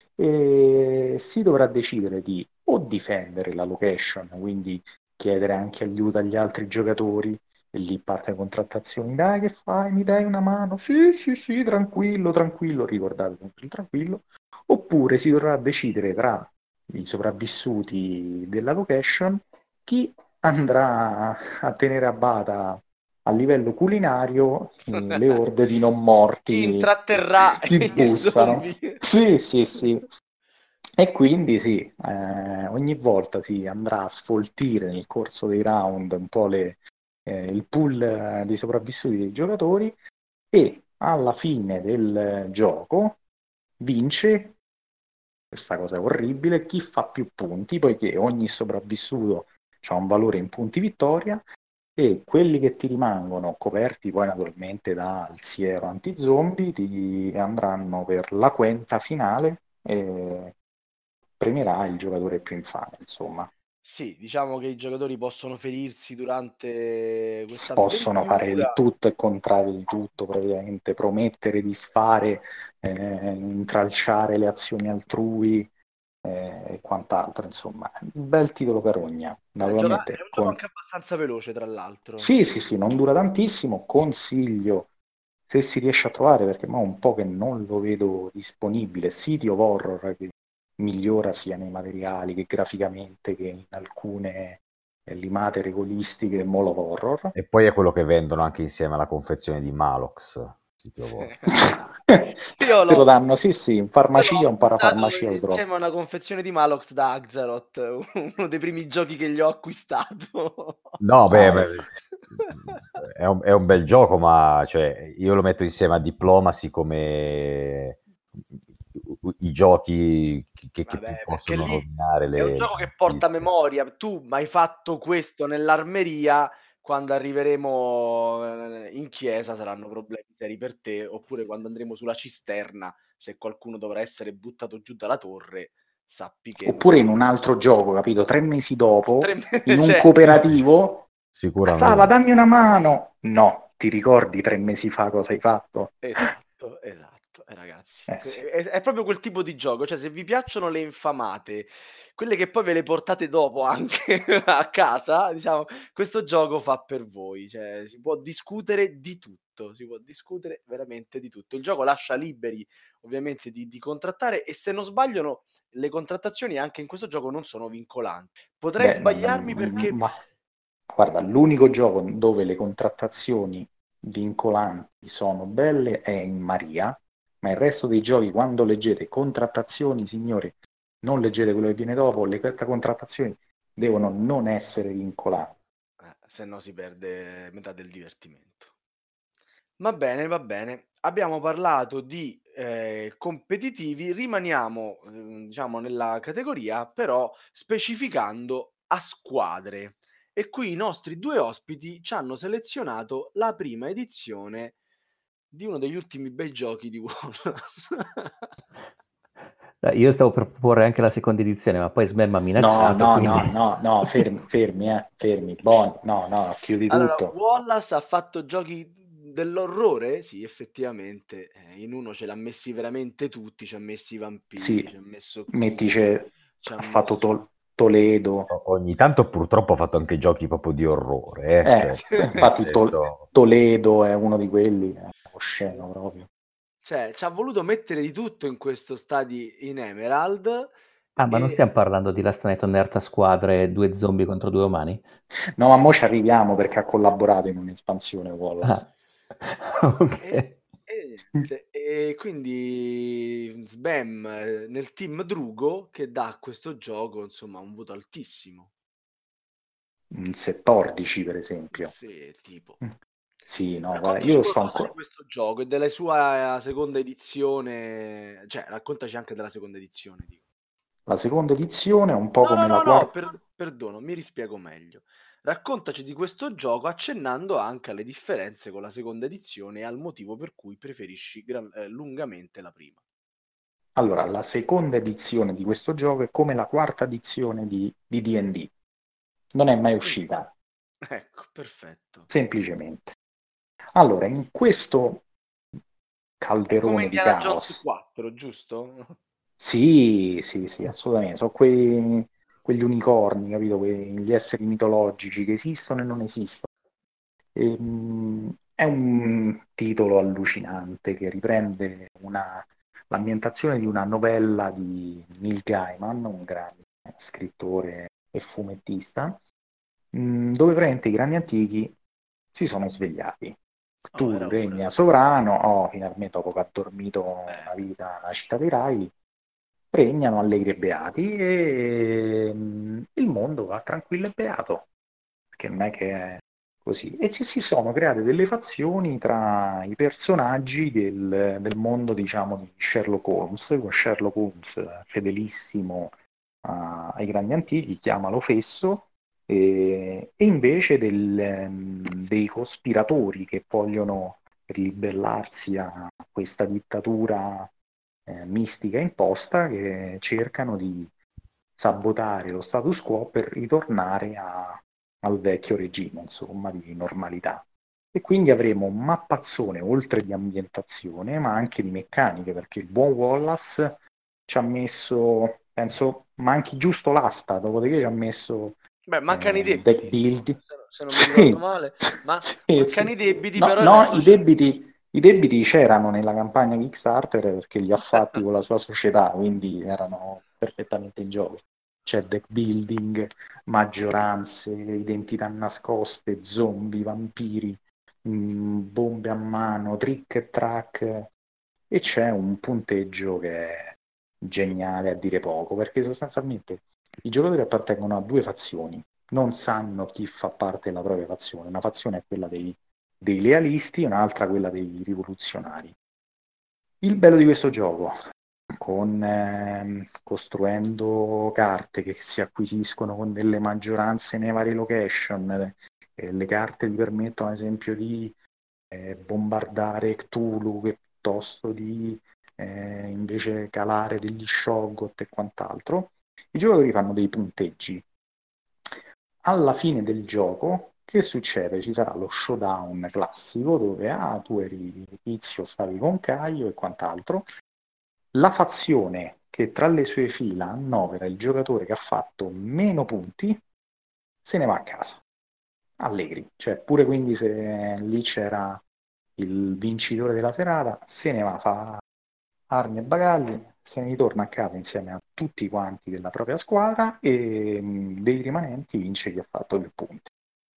e si dovrà decidere di o difendere la location, quindi chiedere anche aiuto agli altri giocatori, e lì parte le contrattazioni, dai che fai, mi dai una mano? Sì, tranquillo, ricordate sempre il tranquillo, oppure si dovrà decidere tra i sopravvissuti della location chi andrà a tenere a bada a livello culinario le orde di non Chi morti intratterrà che i bussano. zombie? Sì. E quindi sì, ogni volta si andrà a sfoltire nel corso dei round un po' il pool di sopravvissuti dei giocatori, e alla fine del gioco vince, questa cosa è orribile, chi fa più punti, poiché ogni sopravvissuto ha un valore in punti vittoria, e quelli che ti rimangono coperti poi naturalmente dal siero anti-zombie ti andranno per la quenta finale e premierà il giocatore più infame, insomma. Sì, diciamo che i giocatori possono ferirsi durante questa Possono fare il avventura. tutto e contrario di tutto, praticamente promettere di sfare, intralciare le azioni altrui e quant'altro, insomma. Un bel titolo per Rogna, È un naturalmente. gioco anche abbastanza veloce, tra l'altro. Sì, non dura tantissimo, consiglio se si riesce a trovare, perché ma un po' che non lo vedo disponibile, City of Horror, che migliora sia nei materiali che graficamente che in alcune limate regolistiche, Mall of Horror. E poi è quello che vendono anche insieme alla confezione di Malox. Io Te lo danno, sì, in io farmacia, l'ho un acquistato parafarmacia lo trovi. insieme a una confezione di Malox da Axaroth, uno dei primi giochi che gli ho acquistato. No, beh, Ah, ecco. è un bel gioco, ma cioè, io lo metto insieme a Diplomacy come i giochi che più Vabbè, perché possono lì rovinare è un le gioco che porta amicizie. memoria. Tu m'hai fatto questo nell'armeria, quando arriveremo in chiesa saranno problemi seri per te, oppure quando andremo sulla cisterna, se qualcuno dovrà essere buttato giù dalla torre, sappi che non Oppure in un altro gioco, capito? 3 mesi dopo, in un certo. cooperativo, Sava, Sicuramente. dammi una mano. No, ti ricordi 3 mesi fa cosa hai fatto? Esatto, ragazzi. Sì. È proprio quel tipo di gioco, cioè se vi piacciono le infamate, quelle che poi ve le portate dopo anche a casa, diciamo, questo gioco fa per voi, cioè si può discutere di tutto, si può discutere veramente di tutto. Il gioco lascia liberi ovviamente di contrattare e se non sbaglio le contrattazioni anche in questo gioco non sono vincolanti. Potrei Beh, sbagliarmi perché ma guarda, l'unico gioco dove le contrattazioni vincolanti sono belle è in Maria, ma il resto dei giochi, quando leggete contrattazioni, signori, non leggete quello che viene dopo, le contrattazioni devono non essere vincolanti. se no si perde metà del divertimento. Va bene. Abbiamo parlato di competitivi, rimaniamo diciamo nella categoria, però specificando a squadre. E qui i nostri due ospiti ci hanno selezionato la prima edizione di uno degli ultimi bei giochi di Wallace. Io stavo per proporre anche la seconda edizione, ma poi Smen mi ha minacciato, quindi... No, fermi, Boni, no, chiudi Allora, tutto. Wallace ha fatto giochi dell'orrore? Sì, effettivamente. In uno ce l'ha messi veramente tutti, ci ha messi i vampiri, Sì, ci ha messo mettice, ci ha ha fatto messo... Toledo. Ogni tanto purtroppo ha fatto anche giochi proprio di orrore, cioè, nel Infatti senso... Toledo è uno di quelli, è osceno proprio. Cioè, ci ha voluto mettere di tutto in questo Study in Emerald. Ah, ma non E... stiamo parlando di Last Night on Earth a squadre, 2 zombie contro 2 umani? No, ma mo ci arriviamo perché ha collaborato in un'espansione Wallace. Ah, ok. E quindi Sbam nel team Drugo che dà a questo gioco insomma un voto altissimo. Un 14 per esempio. Sì, tipo. Sì, no, guarda, Raccontaci io sto qualcosa di ancora... questo gioco e della sua seconda edizione, cioè raccontaci anche della seconda edizione. Dico. La seconda edizione è un po' come la No, quarta... perdono, mi rispiego meglio. Raccontaci di questo gioco accennando anche alle differenze con la seconda edizione e al motivo per cui preferisci lungamente la prima. Allora, la seconda edizione di questo gioco è come la quarta edizione di D&D. Non è mai uscita, Ecco, perfetto. semplicemente. Allora, in questo È come calderone di Indiana Jones caos... 4, giusto? Sì, assolutamente. Sono quegli unicorni, capito? Gli esseri mitologici che esistono e non esistono. È un titolo allucinante che riprende l'ambientazione di una novella di Neil Gaiman, un grande scrittore e fumettista, dove praticamente i grandi antichi si sono svegliati. Oh, Tu era ora. regna sovrano, finalmente dopo che ha dormito una vita nella città dei Riley, regnano allegri e beati e il mondo va tranquillo e beato, perché non è che è così. E ci si sono create delle fazioni tra i personaggi del mondo, diciamo, di Sherlock Holmes, con Sherlock Holmes fedelissimo ai grandi antichi, chiamalo fesso, e invece dei cospiratori che vogliono ribellarsi a questa dittatura mistica imposta, che cercano di sabotare lo status quo per ritornare al vecchio regime, insomma, di normalità. E quindi avremo un mappazzone oltre di ambientazione, ma anche di meccaniche, perché il buon Wallace ci ha messo, penso, manchi giusto l'asta, dopodiché ci ha messo Beh, mancano i deck debiti, building. se non mi ricordo male, ma Sì. mancano i debiti, No, però il no, resto i debiti c'erano nella campagna Kickstarter perché li ha fatti con la sua società, quindi erano perfettamente in gioco. C'è deck building, maggioranze, identità nascoste, zombie, vampiri, bombe a mano, trick e track, e c'è un punteggio che è geniale a dire poco, perché sostanzialmente i giocatori appartengono a due fazioni, non sanno chi fa parte della propria fazione. Una fazione è quella dei lealisti, un'altra quella dei rivoluzionari. Il bello di questo gioco, costruendo carte che si acquisiscono con delle maggioranze nei vari location, le carte ti permettono ad esempio di bombardare Cthulhu piuttosto di invece calare degli Shoggoth e quant'altro. I giocatori fanno dei punteggi. Alla fine del gioco, che succede? Ci sarà lo showdown classico dove tu eri Tizio, stavi con Caio e quant'altro. La fazione che tra le sue fila annovera il giocatore che ha fatto meno punti se ne va a casa. Allegri, cioè pure quindi se lì c'era il vincitore della serata, se ne va, fa armi e bagagli, se ne ritorna a casa insieme a tutti quanti della propria squadra e dei rimanenti vince chi ha fatto più punti.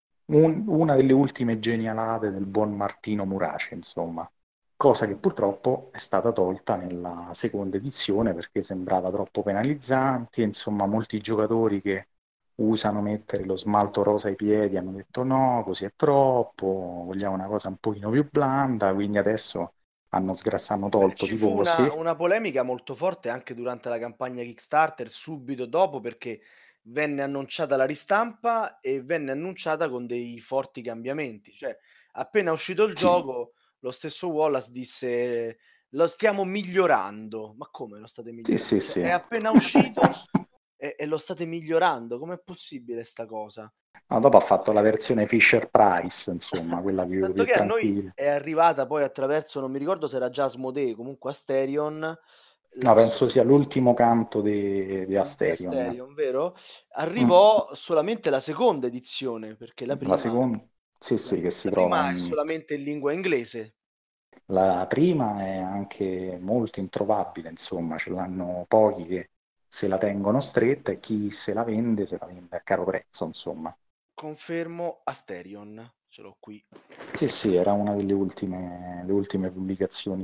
Una delle ultime genialate del buon Martino Murace, insomma, cosa che purtroppo è stata tolta nella seconda edizione perché sembrava troppo penalizzante, insomma molti giocatori che usano mettere lo smalto rosa ai piedi hanno detto no, così è troppo, vogliamo una cosa un pochino più blanda, quindi adesso hanno tolto Ci fu tifosi. una polemica molto forte anche durante la campagna Kickstarter, subito dopo, perché venne annunciata la ristampa e venne annunciata con dei forti cambiamenti. Cioè, appena uscito il Sì, gioco, lo stesso Wallace disse: lo stiamo migliorando. Ma come lo state sì, migliorando? sì, Cioè, sì. è appena uscito e lo state migliorando. Com'è possibile sta cosa? No, dopo ha fatto la versione Fisher Price, insomma, quella più, Tanto più che a noi tranquilla. è arrivata poi attraverso, non mi ricordo se era già Asmodee, comunque Asterion, la No, versione penso sia l'ultimo canto di di Asterion. Asterion, vero? Mm. Arrivò solamente la seconda edizione, perché La seconda? Sì, sì, che si la trova prima è in... solamente in lingua inglese. La prima è anche molto introvabile, insomma, ce l'hanno pochi che se la tengono stretta e chi se la vende a caro prezzo, insomma. Confermo Asterion, ce l'ho qui. Sì, sì, era una delle le ultime pubblicazioni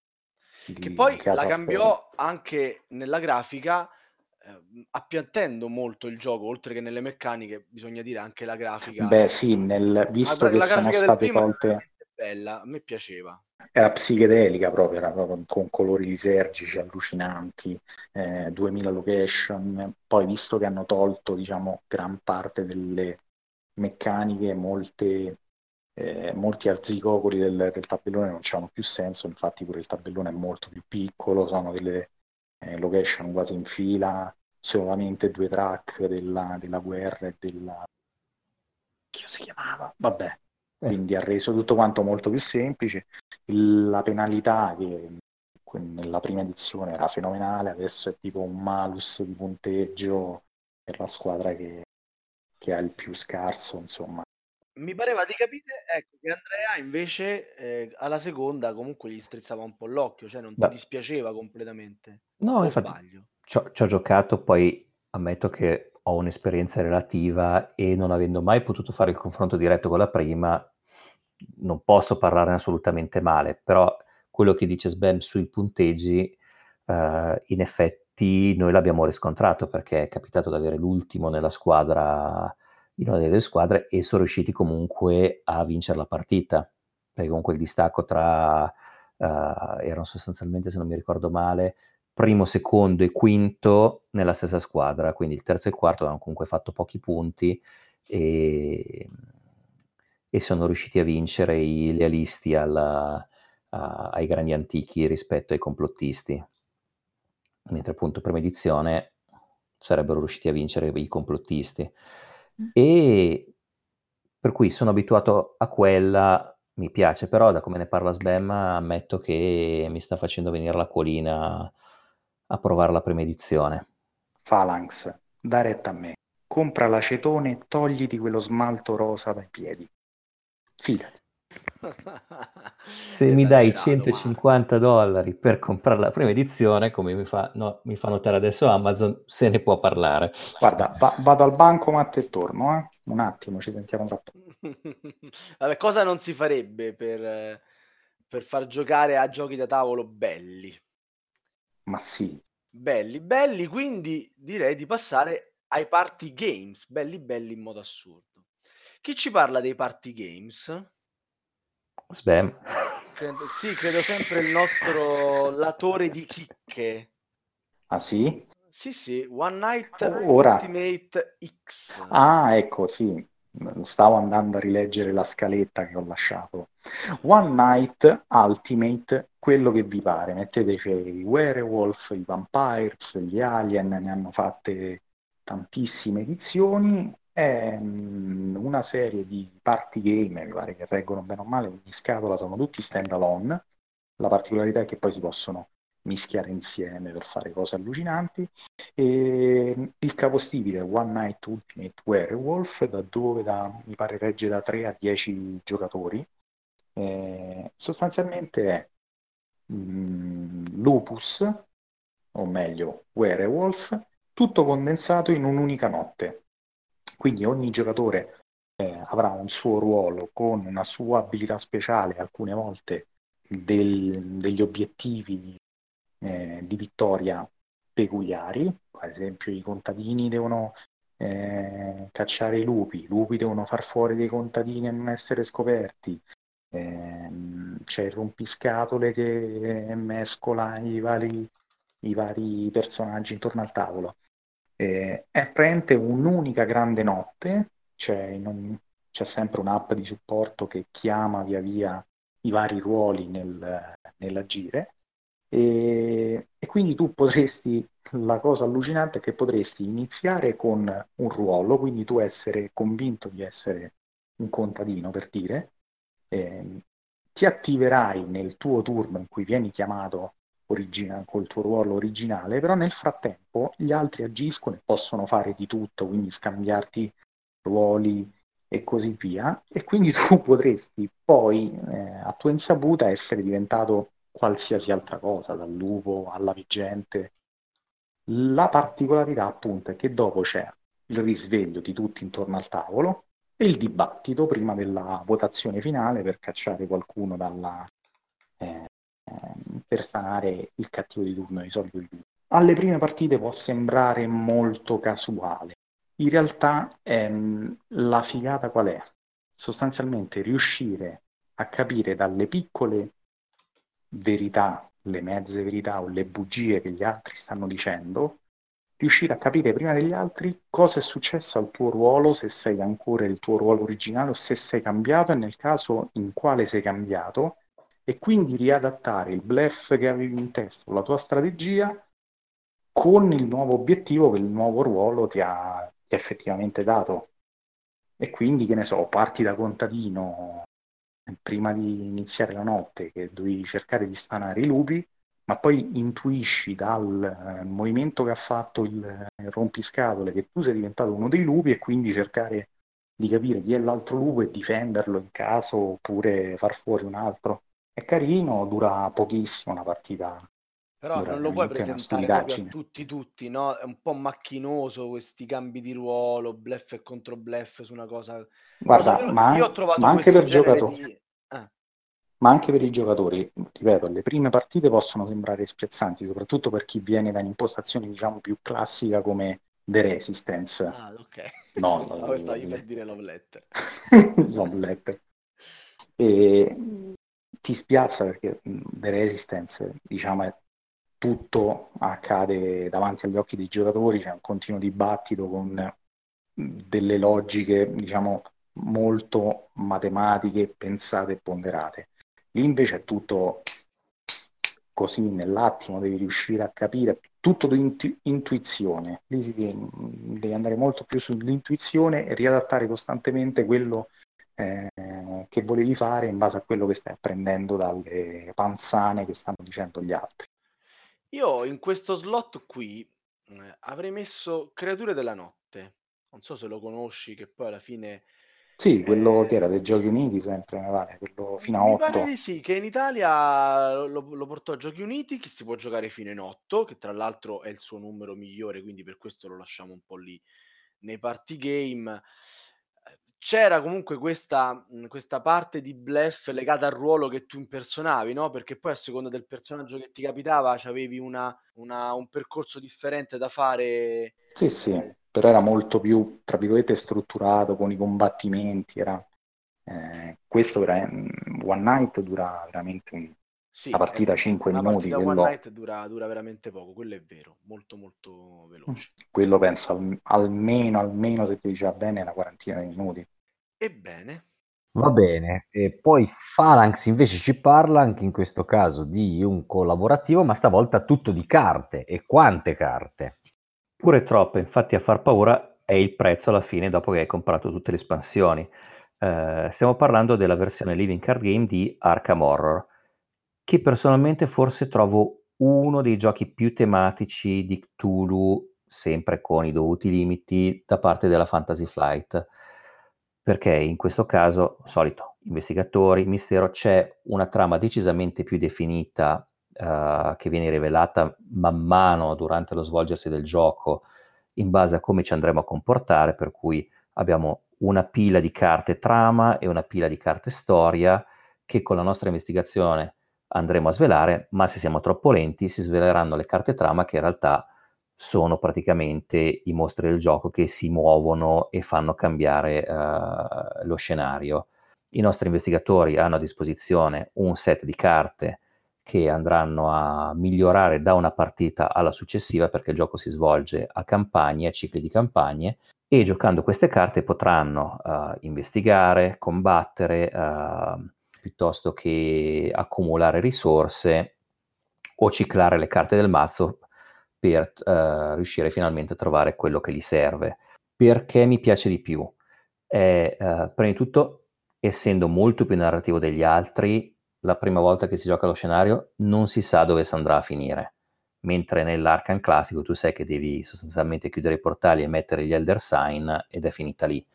Che di poi la Casa Asterion. cambiò anche nella grafica, appiattendo molto il gioco, oltre che nelle meccaniche, bisogna dire anche la grafica. Beh, sì, visto che La sono grafica del state primo era tolte, veramente bella, a me piaceva. era psichedelica proprio, era proprio con colori lisergici, allucinanti, 2000 location, poi visto che hanno tolto, diciamo, gran parte delle meccaniche, molti arzigogoli del tabellone non hanno più senso, infatti pure il tabellone è molto più piccolo, sono delle location quasi in fila, solamente due track della guerra e della... che si chiamava? Vabbè, quindi ha reso tutto quanto molto più semplice. La penalità che nella prima edizione era fenomenale, adesso è tipo un malus di punteggio per la squadra che ha il più scarso, insomma. Mi pareva di capire, ecco, che Andrea invece alla seconda comunque gli strizzava un po' l'occhio, cioè non ti Beh, dispiaceva completamente. no, O infatti sbaglio? ci ho giocato, poi ammetto che ho un'esperienza relativa e non avendo mai potuto fare il confronto diretto con la prima, non posso parlarne assolutamente male, però quello che dice Sbam sui punteggi, in effetti noi l'abbiamo riscontrato perché è capitato di avere l'ultimo nella squadra, in una delle squadre, e sono riusciti comunque a vincere la partita, perché comunque il distacco tra, erano sostanzialmente, se non mi ricordo male, primo, secondo e quinto nella stessa squadra, quindi il terzo e il quarto avevano comunque fatto pochi punti e, e sono riusciti a vincere i lealisti ai grandi antichi rispetto ai complottisti, mentre appunto prima edizione sarebbero riusciti a vincere i complottisti. E per cui sono abituato a quella, mi piace, però da come ne parla Sbam ammetto che mi sta facendo venire l'acquolina a provare la prima edizione. Phalanx, da retta a me, compra l'acetone e togliti quello smalto rosa dai piedi. Fidati. Se mi dai Esagerato, ma $150 per comprare la prima edizione, come mi fa notare adesso Amazon, se ne può parlare. Guarda, vado al bancomat e torno, eh? Un attimo, ci sentiamo tra poco. vabbè, cosa non si farebbe per far giocare a giochi da tavolo belli. Ma sì, Belli, quindi direi di passare ai party games, belli in modo assurdo. Chi ci parla dei party games? Spam. Credo sempre il nostro latore di chicche. ah sì? Sì, One Night Ora, Ultimate X. ah, ecco, sì, stavo andando a rileggere la scaletta che ho lasciato. One Night Ultimate, quello che vi pare, mettete i werewolf, i vampires, gli alien, ne hanno fatte tantissime edizioni, è una serie di party game, mi pare che reggono bene o male ogni scatola, sono tutti stand alone, la particolarità è che poi si possono mischiare insieme per fare cose allucinanti. E il capostipite è One Night Ultimate Werewolf, mi pare regge da 3 a 10 giocatori. Sostanzialmente è Lupus, o meglio Werewolf, tutto condensato in un'unica notte. Quindi ogni giocatore avrà un suo ruolo con una sua abilità speciale, alcune volte degli obiettivi di vittoria peculiari. Ad esempio i contadini devono cacciare i lupi devono far fuori dei contadini e non essere scoperti. C'è il rompiscatole che mescola i vari personaggi intorno al tavolo. È praticamente un'unica grande notte, c'è sempre un'app di supporto che chiama via via i vari ruoli nell'agire e quindi la cosa allucinante è che potresti iniziare con un ruolo, quindi tu essere convinto di essere un contadino, per dire, ti attiverai nel tuo turno in cui vieni chiamato col tuo ruolo originale, però nel frattempo gli altri agiscono e possono fare di tutto, quindi scambiarti ruoli e così via, e quindi tu potresti poi a tua insaputa essere diventato qualsiasi altra cosa, dal lupo alla veggente. La particolarità appunto è che dopo c'è il risveglio di tutti intorno al tavolo e il dibattito prima della votazione finale per cacciare qualcuno eh, per sanare il cattivo di turno, di solito il lupo. Alle prime partite può sembrare molto casuale, in realtà la figata qual è? Sostanzialmente riuscire a capire dalle piccole verità, le mezze verità o le bugie che gli altri stanno dicendo, riuscire a capire prima degli altri cosa è successo al tuo ruolo, se sei ancora il tuo ruolo originale o se sei cambiato e nel caso in quale sei cambiato, e quindi riadattare il bluff che avevi in testa, la tua strategia con il nuovo obiettivo che il nuovo ruolo ti ha effettivamente dato. E quindi, che ne so, parti da contadino prima di iniziare la notte che dovevi cercare di stanare i lupi, ma poi intuisci dal movimento che ha fatto il rompiscatole che tu sei diventato uno dei lupi e quindi cercare di capire chi è l'altro lupo e difenderlo in caso oppure far fuori un altro. È carino, dura pochissimo una partita, Però dura non lo puoi veramente una presentare proprio a stupidaggine. tutti, no? È un po' macchinoso questi cambi di ruolo, bluff e controbluff su una cosa. Non lo so, Guarda, io ho trovato ma anche questo per genere giocatori. di. Ma anche per i giocatori, ripeto, le prime partite possono sembrare spiazzanti, soprattutto per chi viene da un'impostazione, diciamo, più classica come The Resistance, Ok. no, Stavi per dire Love Letter. Love Letter. E ti spiazza perché The Resistance, diciamo, è tutto accade davanti agli occhi dei giocatori, c'è un continuo dibattito con delle logiche, diciamo, molto matematiche, pensate e ponderate. Lì invece è tutto così nell'attimo, devi riuscire a capire tutto di intuizione. Lì devi andare molto più sull'intuizione e riadattare costantemente quello che volevi fare in base a quello che stai apprendendo dalle panzane che stanno dicendo gli altri. Io in questo slot qui avrei messo Creature della Notte. Non so se lo conosci, che poi alla fine. Sì, quello che era dei Giochi Uniti, sempre, vale, quello fino a Mi pare 8. di sì, che in Italia lo portò a Giochi Uniti, che si può giocare fino in 8, che tra l'altro è il suo numero migliore, quindi per questo lo lasciamo un po' lì nei party game. c'era comunque questa parte di bluff legata al ruolo che tu impersonavi, no, perché poi a seconda del personaggio che ti capitava c'avevi un percorso differente da fare. Sì, sì, però era molto più, tra virgolette, strutturato con i combattimenti. Questo One Night dura veramente Sì, una è partita 5 una minuti, partita one quello, night dura veramente poco, quello è vero, molto, molto veloce. quello penso almeno se ti dice bene una quarantina di minuti. Ebbene, Va bene, e poi Phalanx invece ci parla anche in questo caso di un collaborativo, ma stavolta tutto di carte. E quante carte? Pure troppe, infatti a far paura è il prezzo alla fine dopo che hai comprato tutte le espansioni. Stiamo parlando della versione Living Card Game di Arkham Horror, che personalmente forse trovo uno dei giochi più tematici di Cthulhu, sempre con i dovuti limiti, da parte della Fantasy Flight. Perché in questo caso, solito, investigatori, mistero, c'è una trama decisamente più definita che viene rivelata man mano durante lo svolgersi del gioco in base a come ci andremo a comportare, per cui abbiamo una pila di carte trama e una pila di carte storia che con la nostra investigazione andremo a svelare, ma se siamo troppo lenti si sveleranno le carte trama che in realtà sono praticamente i mostri del gioco che si muovono e fanno cambiare lo scenario. I nostri investigatori hanno a disposizione un set di carte che andranno a migliorare da una partita alla successiva, perché il gioco si svolge a campagne, a cicli di campagne, e giocando queste carte potranno investigare, combattere, piuttosto che accumulare risorse o ciclare le carte del mazzo per riuscire finalmente a trovare quello che gli serve. Perché mi piace di più? Prima di tutto, essendo molto più narrativo degli altri, la prima volta che si gioca lo scenario non si sa dove si andrà a finire, mentre nell'Arkham classico tu sai che devi sostanzialmente chiudere i portali e mettere gli Elder Sign ed è finita lì.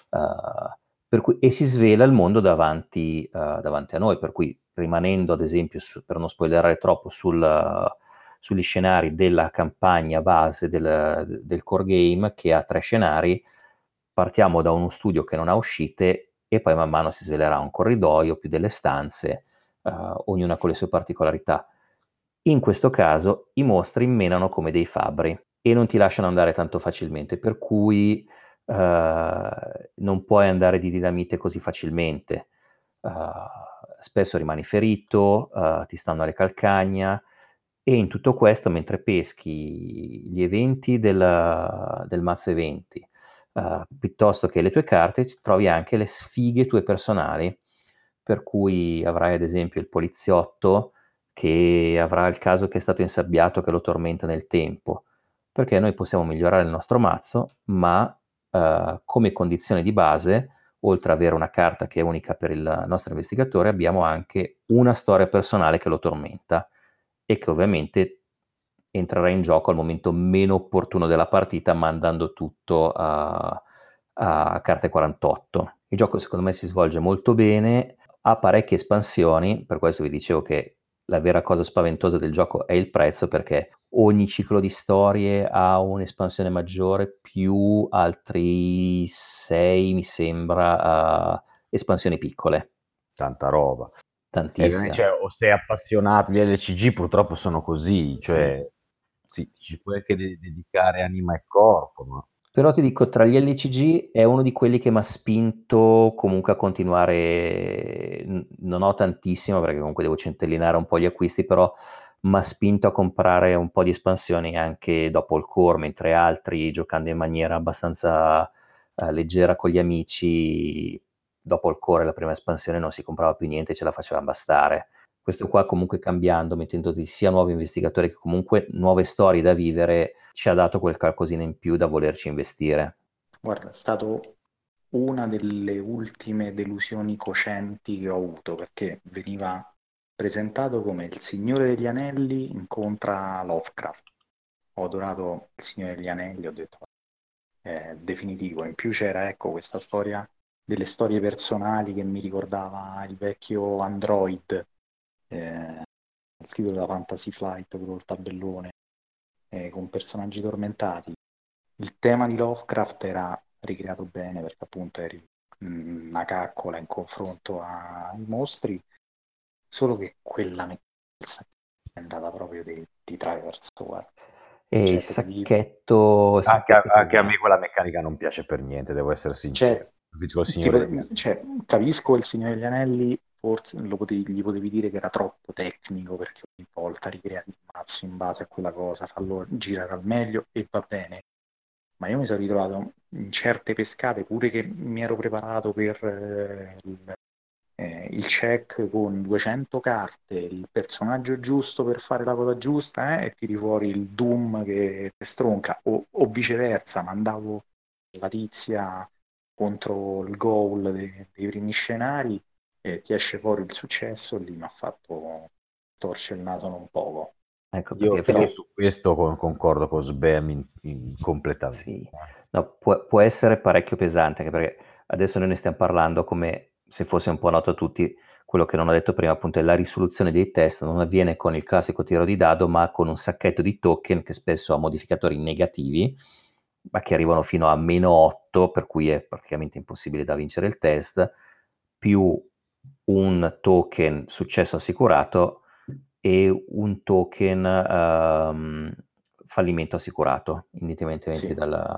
E si svela il mondo davanti a noi, per cui rimanendo ad esempio, per non spoilerare troppo, sugli scenari della campagna base del core game, che ha 3 scenari, partiamo da uno studio che non ha uscite e poi man mano si svelerà un corridoio, più delle stanze, ognuna con le sue particolarità. In questo caso i mostri menano come dei fabbri e non ti lasciano andare tanto facilmente, per cui non puoi andare di dinamite così facilmente. Spesso rimani ferito, ti stanno alle calcagna, e in tutto questo, mentre peschi gli eventi del mazzo eventi, piuttosto che le tue carte, trovi anche le sfighe tue personali, per cui avrai ad esempio il poliziotto che avrà il caso che è stato insabbiato, che lo tormenta nel tempo, perché noi possiamo migliorare il nostro mazzo, ma come condizione di base, oltre ad avere una carta che è unica per il nostro investigatore, abbiamo anche una storia personale che lo tormenta e che ovviamente entrerà in gioco al momento meno opportuno della partita, mandando tutto a carte 48. Il gioco secondo me si svolge molto bene, ha parecchie espansioni, per questo vi dicevo che la vera cosa spaventosa del gioco è il prezzo, perché ogni ciclo di storie ha un'espansione maggiore più altri 6, mi sembra, espansioni piccole. Tanta roba. Tantissima. Cioè, o sei appassionato, gli LCG purtroppo sono così, cioè sì, ci puoi anche dedicare anima e corpo, ma Però ti dico, tra gli LCG è uno di quelli che mi ha spinto comunque a continuare, non ho tantissimo perché comunque devo centellinare un po' gli acquisti, però mi ha spinto a comprare un po' di espansioni anche dopo il core, mentre altri, giocando in maniera abbastanza leggera con gli amici, dopo il core la prima espansione non si comprava più niente, ce la faceva bastare. Questo qua comunque cambiando, mettendoti sia nuovi investigatori che comunque nuove storie da vivere, ci ha dato quel qualcosina in più da volerci investire. Guarda, è stato una delle ultime delusioni cocenti che ho avuto, perché veniva presentato come il Signore degli Anelli incontra Lovecraft. Ho adorato il Signore degli Anelli, ho detto è definitivo. In più c'era, ecco, questa storia delle storie personali che mi ricordava il vecchio Android, il titolo della Fantasy Flight, quello del tabellone, con personaggi tormentati. Il tema di Lovecraft era ricreato bene perché appunto eri una caccola in confronto ai mostri, solo che quella è andata proprio di traverso, guarda. E il Cioè, sacchetto Anche a così. me quella meccanica non piace per niente, devo essere sincero. cioè, Capisco il Signore degli Anelli. cioè, capisco il Signore degli Anelli, forse gli potevi dire che era troppo tecnico perché ogni volta ricreati il mazzo in base a quella cosa, fallo girare al meglio e va bene. Ma io mi sono ritrovato in certe pescate, pure che mi ero preparato per il check con 200 carte, il personaggio giusto per fare la cosa giusta, e tiri fuori il Doom che te stronca, o viceversa, mandavo la tizia contro il goal dei primi scenari e ti esce fuori il successo, lì mi ha fatto torcere il naso non poco. Ecco, Io perché su questo concordo con Sbam completamente. sì. No, può essere parecchio pesante, anche perché adesso noi ne stiamo parlando come se fosse un po' noto a tutti. Quello che non ho detto prima, appunto, è la risoluzione dei test non avviene con il classico tiro di dado, ma con un sacchetto di token che spesso ha modificatori negativi, ma che arrivano fino a -8, per cui è praticamente impossibile da vincere il test, più un token successo assicurato e un token fallimento assicurato, indipendentemente Sì.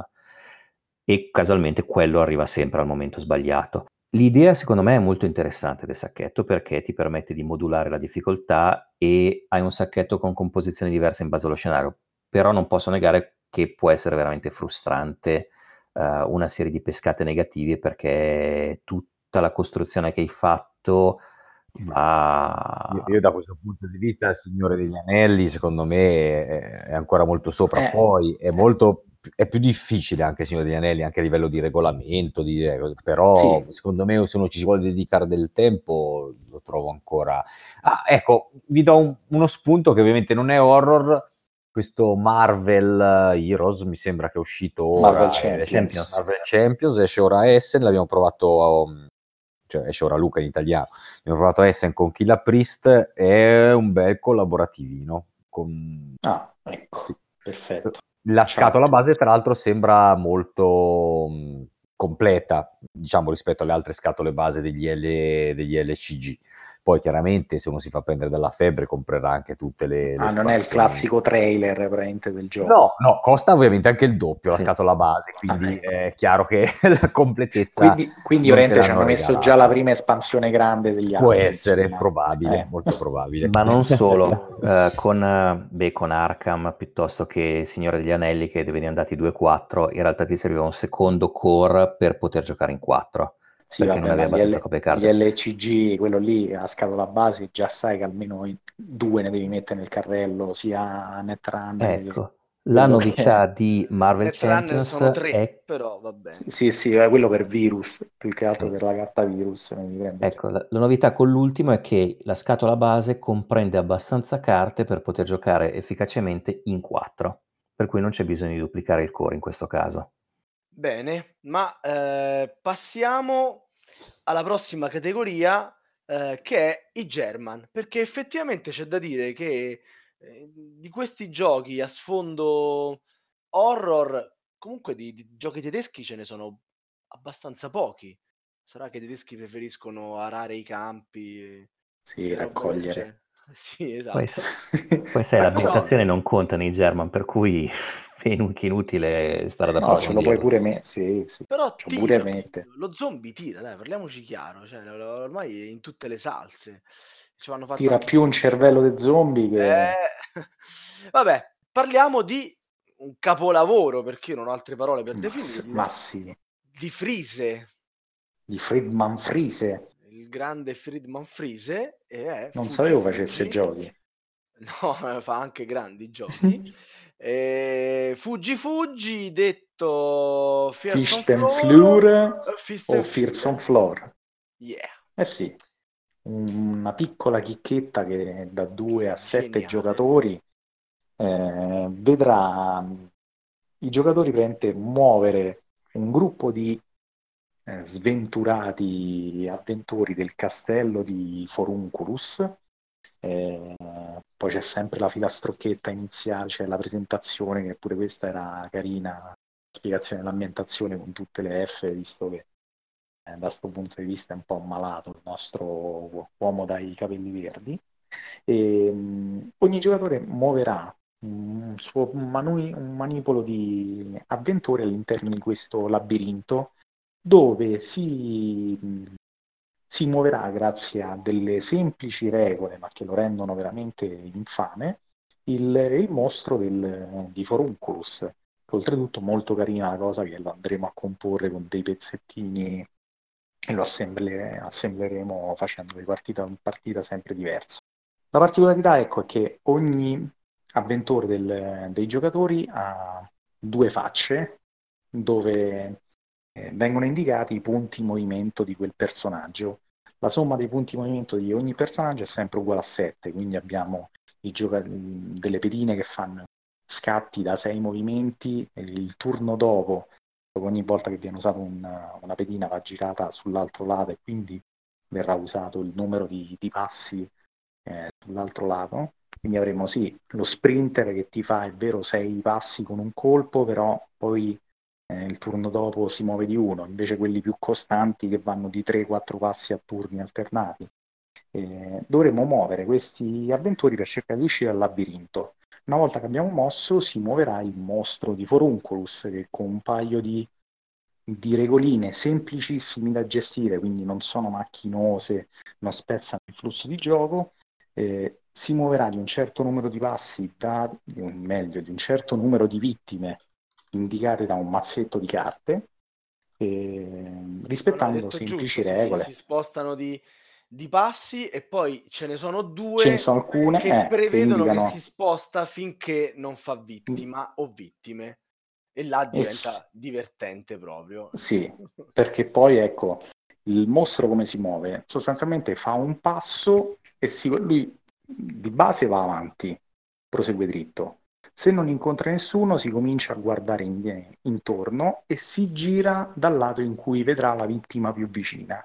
E casualmente quello arriva sempre al momento sbagliato. L'idea secondo me è molto interessante del sacchetto perché ti permette di modulare la difficoltà e hai un sacchetto con composizioni diverse in base allo scenario, però non posso negare che può essere veramente frustrante una serie di pescate negative perché tutta la costruzione che hai fatto va... Io da questo punto di vista il Signore degli Anelli secondo me è ancora molto sopra, poi è più difficile anche il Signore degli Anelli, anche a livello di regolamento, però Sì. secondo me se uno ci vuole dedicare del tempo lo trovo ancora... Ah, ecco, vi do uno spunto che ovviamente non è horror, questo Marvel Heroes mi sembra che è uscito ora, Marvel Champions. Marvel Champions esce ora a Essen, l'abbiamo provato cioè esce ora Luca in italiano, abbiamo provato Essen con Killa Priest, è un bel collaborativino Ecco, sì. Perfetto. La scatola base tra l'altro sembra molto completa, diciamo, rispetto alle altre scatole base degli LCG. Poi chiaramente se uno si fa prendere dalla febbre comprerà anche tutte le non è il classico trailer praticamente del gioco. No, costa ovviamente anche il doppio la scatola base, quindi ecco. è chiaro che la completezza quindi veramente ci hanno messo già la prima espansione grande degli altri. Può essere probabile, molto probabile. Ma non solo, con Arkham piuttosto che Signore degli Anelli, che ne andati 2-4, in realtà ti serviva un secondo core per poter giocare in 4. Sì, perché non aveva abbastanza copie carte. Gli LCG, quello lì a scatola base, già sai che almeno 2 ne devi mettere nel carrello, sia Netrunner. Ecco, la novità di Marvel Champions sono 3, è... però va bene. Sì, è quello per virus, più che altro per la carta virus. Ecco, la novità con l'ultimo è che la scatola base comprende abbastanza carte per poter giocare efficacemente in 4, per cui non c'è bisogno di duplicare il core in questo caso. Bene, ma passiamo alla prossima categoria, che è i German, perché effettivamente c'è da dire che di questi giochi a sfondo horror, comunque di giochi tedeschi ce ne sono abbastanza pochi. Sarà che i tedeschi preferiscono arare i campi Sì, e roba del raccogliere. genere. Sì, esatto. Poi sai, l'ambientazione non conta nei German, per cui è inutile stare ad No, ce lo puoi approfondire. pure sì. Però C'ho tira, pure mente. lo zombie tira, dai, parliamoci chiaro, cioè, ormai è in tutte le salse. Ci vanno fatto Tira anche più un cervello di zombie che... Vabbè, parliamo di un capolavoro, perché io non ho altre parole per definirlo. Ma sì. Di Friese. Di Friedman Friese. Il grande Friedman Friese. Non sapevo facesse giochi. No, fa anche grandi giochi. Fuggi, detto Fist and Floor o Fears on Floor. Yeah. Sì, una piccola chicchetta che da 2 a 7 Geniale. giocatori vedrà i giocatori praticamente muovere un gruppo di sventurati avventori del castello di Forunculus. Poi c'è sempre la filastrocchetta iniziale, c'è la presentazione, che pure questa era carina, la spiegazione dell'ambientazione con tutte le F, visto che da questo punto di vista è un po' malato il nostro uomo dai capelli verdi. E, ogni giocatore muoverà un manipolo di avventori all'interno di questo labirinto dove si muoverà grazie a delle semplici regole, ma che lo rendono veramente infame, il mostro di Forunculus. Oltretutto molto carina la cosa che lo andremo a comporre con dei pezzettini e lo assembleremo facendo di partita in partita sempre diverso. La particolarità, ecco, è che ogni avventore dei giocatori ha due facce dove vengono indicati i punti movimento di quel personaggio. La somma dei punti movimento di ogni personaggio è sempre uguale a 7, quindi abbiamo delle pedine che fanno scatti da 6 movimenti, e il turno dopo, ogni volta che viene usata una pedina va girata sull'altro lato e quindi verrà usato il numero di passi sull'altro lato. Quindi avremo sì lo sprinter che ti fa, è vero, 6 passi con un colpo, però poi il turno dopo si muove di uno, invece quelli più costanti che vanno di 3-4 passi a turni alternati. Dovremo muovere questi avventori per cercare di uscire dal labirinto. Una volta che abbiamo mosso, si muoverà il mostro di Forunculus, che con un paio di regoline semplicissime da gestire, quindi non sono macchinose, non spezzano il flusso di gioco, si muoverà di un certo numero di passi, meglio, di un certo numero di vittime indicate da un mazzetto di carte, rispettando Hai detto semplici giusto, regole. si spostano di passi e poi ce ne sono Ce ne due sono alcune che che prevedono che indicano si sposta finché non fa vittima o vittime. E là diventa divertente proprio. sì, perché poi ecco, il mostro come si muove? Sostanzialmente fa un passo e lui di base va avanti, prosegue dritto. Se non incontra nessuno si comincia a guardare intorno e si gira dal lato in cui vedrà la vittima più vicina.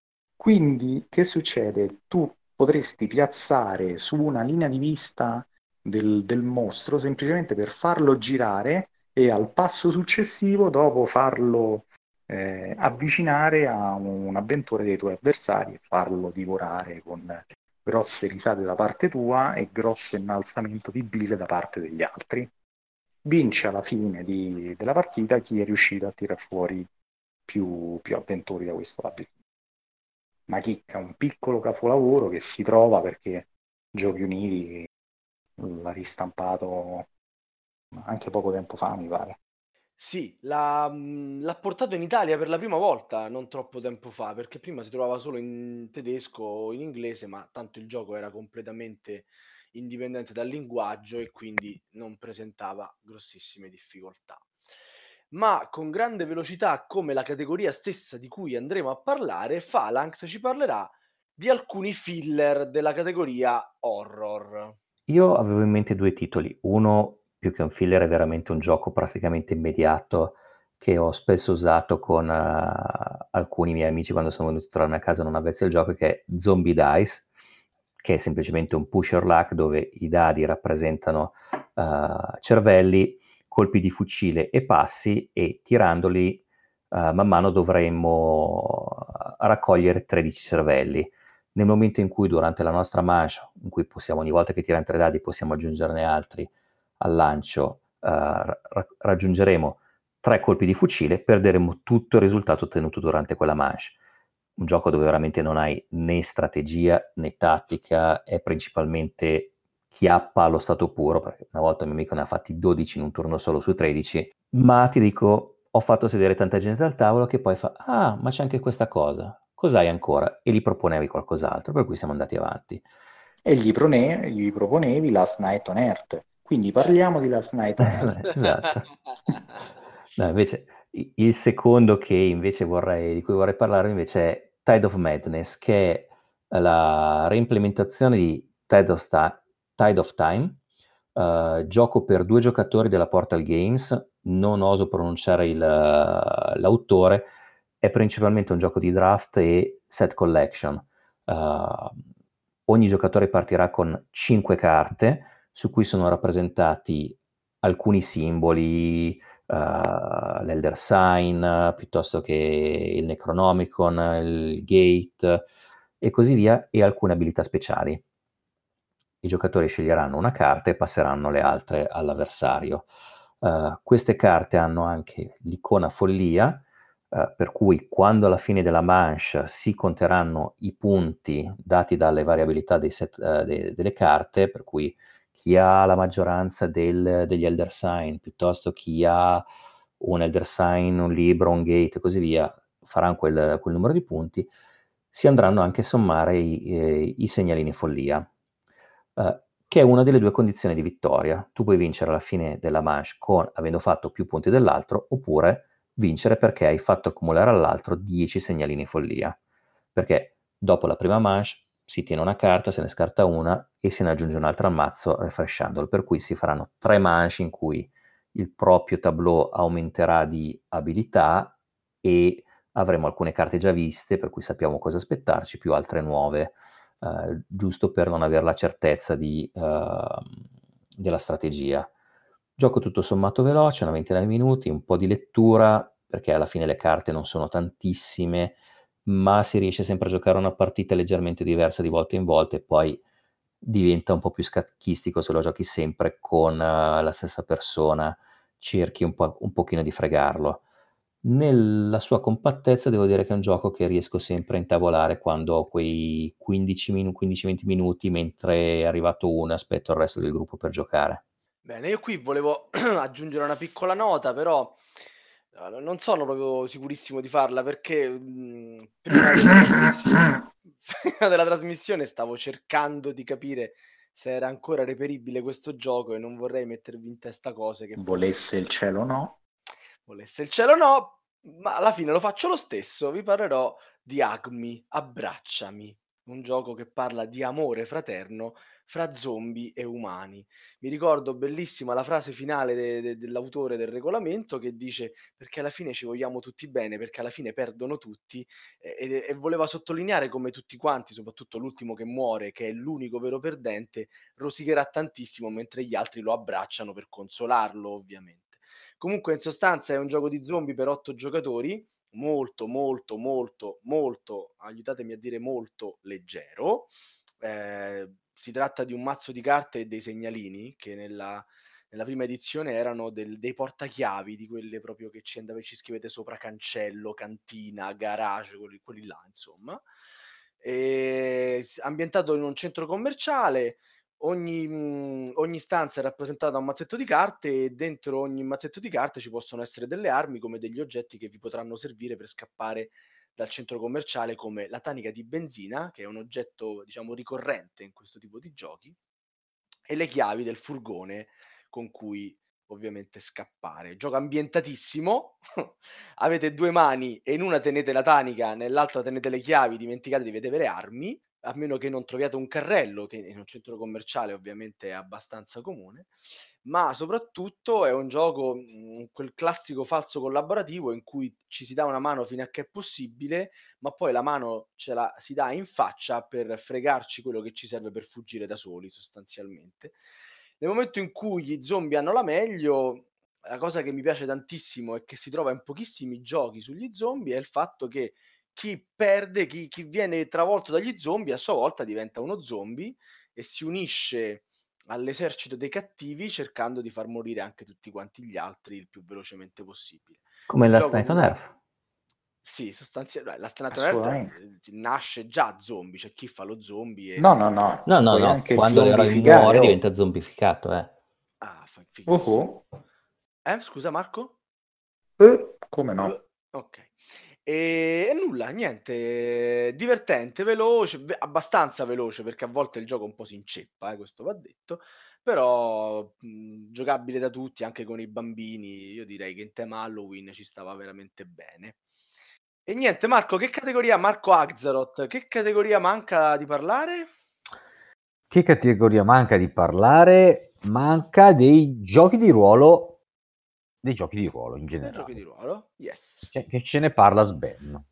Quindi che succede? Tu potresti piazzare su una linea di vista del mostro semplicemente per farlo girare e al passo successivo dopo farlo avvicinare a un avventore dei tuoi avversari e farlo divorare con grosse risate da parte tua e grosso innalzamento di bile da parte degli altri. Vince alla fine della partita chi è riuscito a tirare fuori più avventori da questo labirinto. Una chicca, un piccolo capolavoro che si trova perché Giochi Uniti l'ha ristampato anche poco tempo fa, mi pare. Sì, l'ha portato in Italia per la prima volta non troppo tempo fa, perché prima si trovava solo in tedesco o in inglese, ma tanto il gioco era completamente indipendente dal linguaggio e quindi non presentava grossissime difficoltà. Ma con grande velocità, come la categoria stessa di cui andremo a parlare, Phalanx ci parlerà di alcuni filler della categoria horror. Io avevo in mente 2 titoli. Uno, più che un filler, è veramente un gioco praticamente immediato che ho spesso usato con alcuni miei amici quando sono venuti a trovarmi a casa non avvezzi al gioco, che è Zombie Dice, che è semplicemente un push your luck dove i dadi rappresentano cervelli, colpi di fucile e passi, e tirandoli man mano dovremmo raccogliere 13 cervelli. Nel momento in cui durante la nostra manche, in cui possiamo, ogni volta che tiriamo 3 dadi possiamo aggiungerne altri al lancio, raggiungeremo 3 colpi di fucile, perderemo tutto il risultato ottenuto durante quella manche. Un gioco dove veramente non hai né strategia né tattica, è principalmente chiappa allo stato puro, perché una volta un mio amico ne ha fatti 12 in un turno solo su 13, ma ti dico, ho fatto sedere tanta gente al tavolo che poi fa: ah, ma c'è anche questa cosa, cos'hai ancora? E gli proponevi qualcos'altro, per cui siamo andati avanti. E gli proponevi Last Night on Earth. Quindi parliamo di Last Night on Earth. Esatto. No, invece il secondo che invece di cui vorrei parlare invece è Tide of Madness, che è la reimplementazione di Tide of Time, gioco per 2 giocatori della Portal Games. Non oso pronunciare l'autore. È principalmente un gioco di draft e set collection. Ogni giocatore partirà con 5 carte su cui sono rappresentati alcuni simboli, l'Elder Sign, piuttosto che il Necronomicon, il Gate e così via, e alcune abilità speciali. I giocatori sceglieranno una carta e passeranno le altre all'avversario. Queste carte hanno anche l'icona follia, per cui quando alla fine della manche si conteranno i punti dati dalle variabilità dei set, delle carte, per cui chi ha la maggioranza degli Elder Sign, piuttosto chi ha un Elder Sign, un libro, un gate e così via, faranno quel numero di punti, si andranno anche a sommare i segnalini follia, che è una delle due condizioni di vittoria. Tu puoi vincere alla fine della manche avendo fatto più punti dell'altro, oppure vincere perché hai fatto accumulare all'altro 10 segnalini follia, perché dopo la prima manche si tiene una carta, se ne scarta una e se ne aggiunge un'altra al mazzo refreshandolo, per cui si faranno 3 manche in cui il proprio tableau aumenterà di abilità e avremo alcune carte già viste, per cui sappiamo cosa aspettarci, più altre nuove, giusto per non avere la certezza della strategia. Gioco tutto sommato veloce, una ventina di minuti, un po' di lettura, perché alla fine le carte non sono tantissime, ma si riesce sempre a giocare una partita leggermente diversa di volta in volta e poi diventa un po' più scacchistico se lo giochi sempre con la stessa persona, cerchi un pochino di fregarlo. Nella sua compattezza devo dire che è un gioco che riesco sempre a intavolare quando ho quei 15-20 minuti mentre è arrivato uno e aspetto il resto del gruppo per giocare. Bene, io qui volevo aggiungere una piccola nota, però non sono proprio sicurissimo di farla perché prima della trasmissione stavo cercando di capire se era ancora reperibile questo gioco e non vorrei mettervi in testa cose che Volesse il cielo no. Volesse il cielo no, ma alla fine lo faccio lo stesso. Vi parlerò di Hug Abbracciami, un gioco che parla di amore fraterno fra zombie e umani. Mi ricordo bellissima la frase finale dell'autore del regolamento che dice perché alla fine ci vogliamo tutti bene, perché alla fine perdono tutti e voleva sottolineare come tutti quanti, soprattutto l'ultimo che muore, che è l'unico vero perdente, rosicherà tantissimo mentre gli altri lo abbracciano per consolarlo, ovviamente. Comunque in sostanza è un gioco di zombie per 8 giocatori, molto, molto, molto, molto, aiutatemi a dire molto leggero. Si tratta di un mazzo di carte e dei segnalini che nella prima edizione erano dei portachiavi, di quelle proprio che ci scrivete sopra cancello, cantina, garage, quelli là, insomma. Ambientato in un centro commerciale. Ogni stanza è rappresentata da un mazzetto di carte e dentro ogni mazzetto di carte ci possono essere delle armi come degli oggetti che vi potranno servire per scappare dal centro commerciale, come la tanica di benzina, che è un oggetto, diciamo, ricorrente in questo tipo di giochi, e le chiavi del furgone con cui ovviamente scappare. Gioco ambientatissimo, avete 2 mani e in una tenete la tanica, nell'altra tenete le chiavi, dimenticate di vedere le armi, a meno che non troviate un carrello, che in un centro commerciale ovviamente è abbastanza comune, ma soprattutto è un gioco, quel classico falso collaborativo in cui ci si dà una mano fino a che è possibile, ma poi la mano ce la si dà in faccia per fregarci quello che ci serve per fuggire da soli, sostanzialmente. Nel momento in cui gli zombie hanno la meglio, la cosa che mi piace tantissimo e che si trova in pochissimi giochi sugli zombie è il fatto che chi perde, chi viene travolto dagli zombie a sua volta diventa uno zombie e si unisce all'esercito dei cattivi cercando di far morire anche tutti quanti gli altri il più velocemente possibile. Come Il la gioco Night on Earth. sì, sostanzialmente la Night on Assolutamente. Earth nasce già zombie, c'è chi fa lo zombie e No, No, puoi no, anche quando l'eroe zombificare. muore Oh. diventa zombificato, fighissimo. Scusa Marco? Come no? Ok. E nulla, niente, divertente, veloce, abbastanza veloce perché a volte il gioco un po' si inceppa, questo va detto, però giocabile da tutti, anche con i bambini. Io direi che in tema Halloween ci stava veramente bene. E niente, Marco Axaroth, che categoria manca di parlare? Che categoria manca di parlare? Manca dei giochi di ruolo in generale. Giochi di ruolo, yes. Che ce ne parla Sven.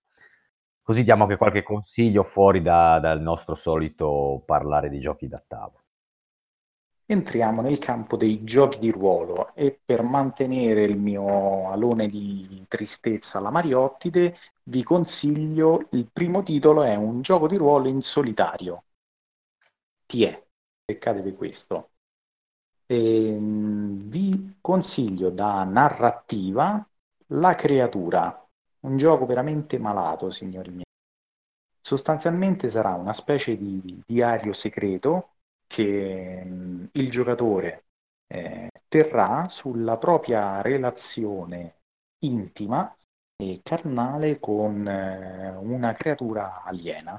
Così diamo anche qualche consiglio fuori dal nostro solito parlare di giochi da tavolo. entriamo nel campo dei giochi di ruolo e per mantenere il mio alone di tristezza alla Mariottide vi consiglio, il primo titolo è un gioco di ruolo in solitario. Beccatevi questo. Vi consiglio da narrativa La Creatura, un gioco veramente malato, signori miei. Sostanzialmente sarà una specie di diario segreto che il giocatore terrà sulla propria relazione intima e carnale con una creatura aliena.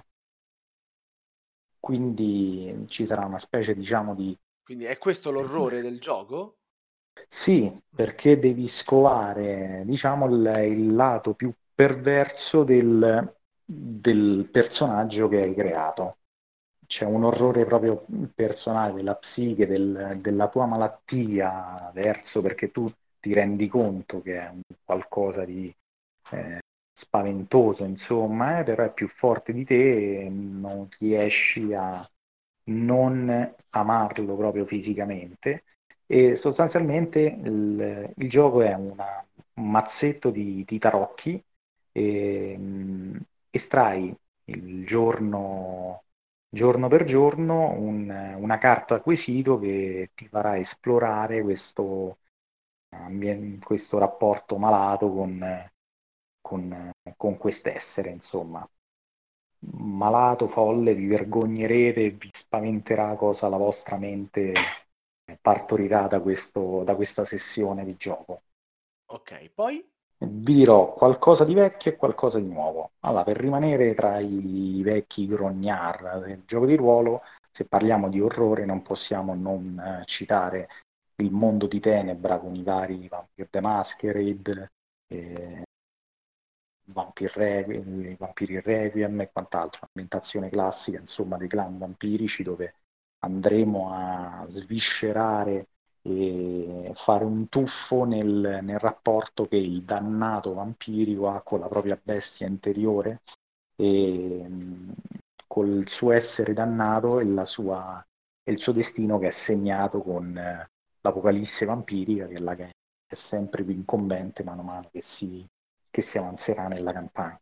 Quindi ci sarà una specie, diciamo, di... Quindi è questo l'orrore del gioco? Sì, perché devi scovare, diciamo, il lato più perverso del personaggio che hai creato. C'è un orrore proprio personale della psiche, della tua malattia verso, perché tu ti rendi conto che è un qualcosa di spaventoso, insomma, però è più forte di te e non riesci a non amarlo proprio fisicamente. E sostanzialmente il gioco è un mazzetto di tarocchi e estrai il giorno per giorno una carta quesito che ti farà esplorare questo rapporto malato con quest'essere, insomma. Malato, folle, vi vergognerete, vi spaventerà cosa la vostra mente partorirà da questa sessione di gioco. Ok, poi? Vi dirò qualcosa di vecchio e qualcosa di nuovo. Allora, per rimanere tra i vecchi grognard del gioco di ruolo, se parliamo di orrore non possiamo non citare il mondo di Tenebra con i vari Vampire the Masquerade, i Vampiri Requiem e quant'altro, ambientazione classica, insomma, dei clan vampirici dove andremo a sviscerare e fare un tuffo nel rapporto che il dannato vampirico ha con la propria bestia interiore e col suo essere dannato e il suo destino che è segnato con l'apocalisse vampirica che è sempre più incombente mano a mano che si avanzerà nella campagna.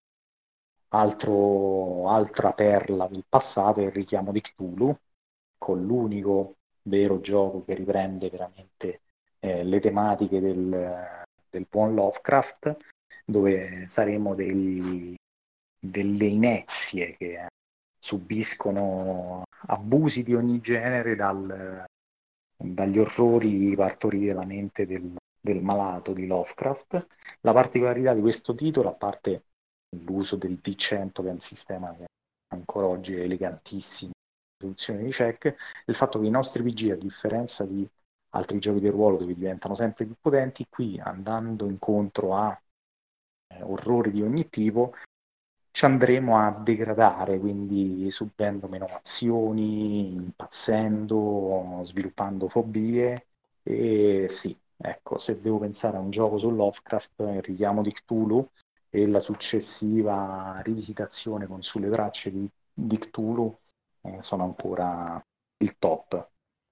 Altra perla del passato è il richiamo di Cthulhu, con l'unico vero gioco che riprende veramente le tematiche del buon Lovecraft, dove saremo delle inezie che subiscono abusi di ogni genere dagli orrori partoriti dalla mente del malato di Lovecraft. La particolarità di questo titolo, a parte l'uso del D100, che è un sistema che ancora oggi è elegantissimo, soluzione di check, è il fatto che i nostri PG, a differenza di altri giochi di ruolo dove diventano sempre più potenti, qui andando incontro a orrori di ogni tipo, ci andremo a degradare, quindi subendo meno azioni, impazzendo, sviluppando fobie. E sì, ecco, se devo pensare a un gioco su Lovecraft, il richiamo di Cthulhu e la successiva rivisitazione con Sulle tracce di Cthulhu sono ancora il top.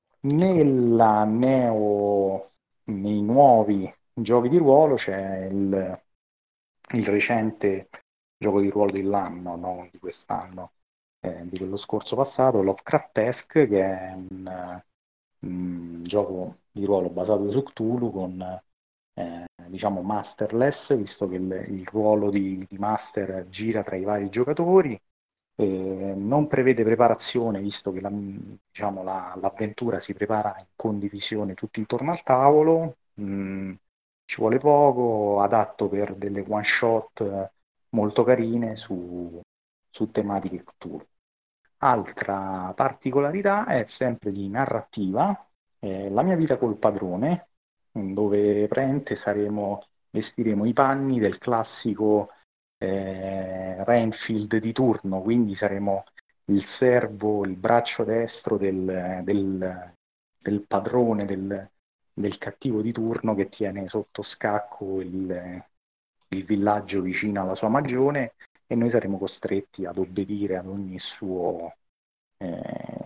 Nei nuovi giochi di ruolo c'è il recente gioco di ruolo dell'anno, non di quest'anno, di quello scorso passato, Lovecraftesque, che è un gioco di ruolo basato su Cthulhu con diciamo masterless, visto che il ruolo di master gira tra i vari giocatori. Non prevede preparazione, visto che diciamo, l'avventura si prepara in condivisione tutti intorno al tavolo. Ci vuole poco, adatto per delle one shot molto carine su tematiche Cthulhu. Altra particolarità è sempre di narrativa, La mia vita col padrone, dove praticamente vestiremo i panni del classico Renfield di turno, quindi saremo il servo, il braccio destro del padrone, del cattivo di turno che tiene sotto scacco il villaggio vicino alla sua magione, e noi saremo costretti ad obbedire ad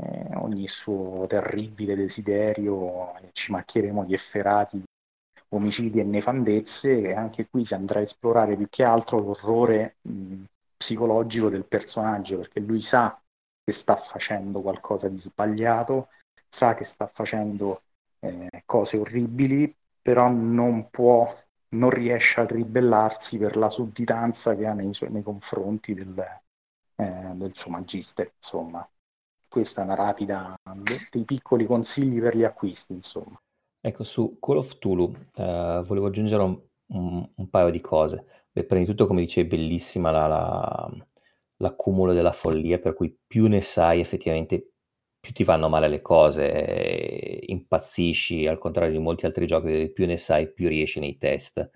ogni suo terribile desiderio e ci macchieremo di efferati omicidi e nefandezze, e anche qui si andrà a esplorare più che altro l'orrore psicologico del personaggio, perché lui sa che sta facendo qualcosa di sbagliato, sa che sta facendo cose orribili, però non riesce a ribellarsi per la sudditanza che ha nei confronti del suo magister, insomma. Questa è una rapida dei piccoli consigli per gli acquisti, insomma. Ecco, su Call of Cthulhu volevo aggiungere un paio di cose. Beh, prima di tutto, come dicevi, bellissima l'accumulo della follia, per cui più ne sai effettivamente più ti vanno male le cose, impazzisci, al contrario di molti altri giochi dove più ne sai più riesci nei test.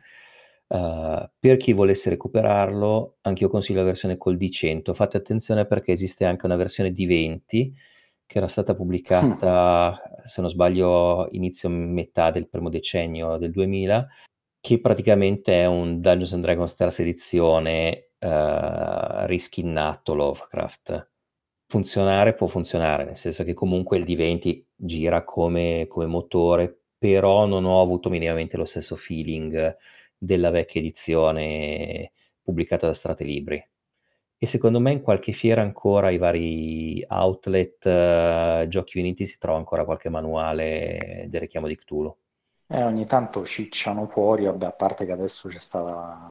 Per chi volesse recuperarlo, anche io consiglio la versione col D100. Fate attenzione perché esiste anche una versione D20 che era stata pubblicata, se non sbaglio, inizio metà del primo decennio del 2000, che praticamente è un Dungeons and Dragons terza edizione riskinnato Lovecraft. Funzionare può funzionare, nel senso che comunque il D20 gira come motore, però non ho avuto minimamente lo stesso feeling della vecchia edizione pubblicata da Stratelibri. E secondo me in qualche fiera ancora, i vari outlet Giochi Uniti, si trova ancora qualche manuale del richiamo di Cthulhu. Ogni tanto cicciano fuori, vabbè, a parte che adesso ci sarà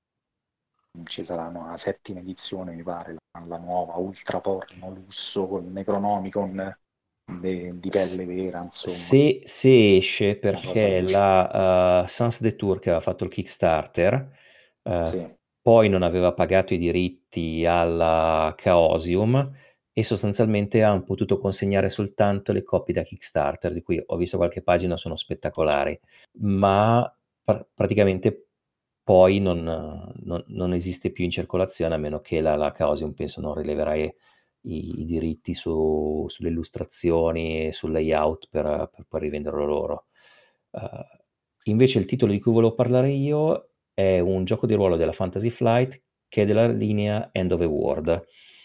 una 7ª edizione, mi pare, la nuova ultra porno lusso con Necronomicon di pelle vera, insomma. Se esce, perché la Sans Detour, che aveva fatto il Kickstarter, Sì. poi non aveva pagato i diritti alla Chaosium e sostanzialmente hanno potuto consegnare soltanto le copie da Kickstarter, di cui ho visto qualche pagina, sono spettacolari, ma praticamente poi non esiste più in circolazione, a meno che la Chaosium, penso, non rileverà i diritti sulle illustrazioni e sul layout per poi rivenderlo loro. Invece il titolo di cui volevo parlare io è un gioco di ruolo della Fantasy Flight che è della linea End of a World.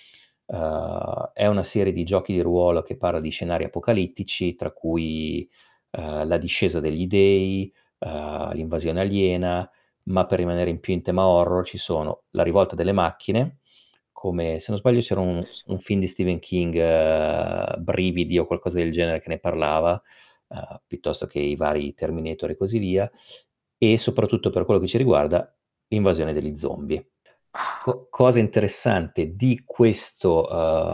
È una serie di giochi di ruolo che parla di scenari apocalittici, tra cui la discesa degli dei, l'invasione aliena, ma per rimanere in più in tema horror ci sono la rivolta delle macchine, come se non sbaglio c'era un film di Stephen King, Brividi o qualcosa del genere, che ne parlava, piuttosto che i vari Terminator e così via, e soprattutto per quello che ci riguarda l'invasione degli zombie. Cosa interessante di questo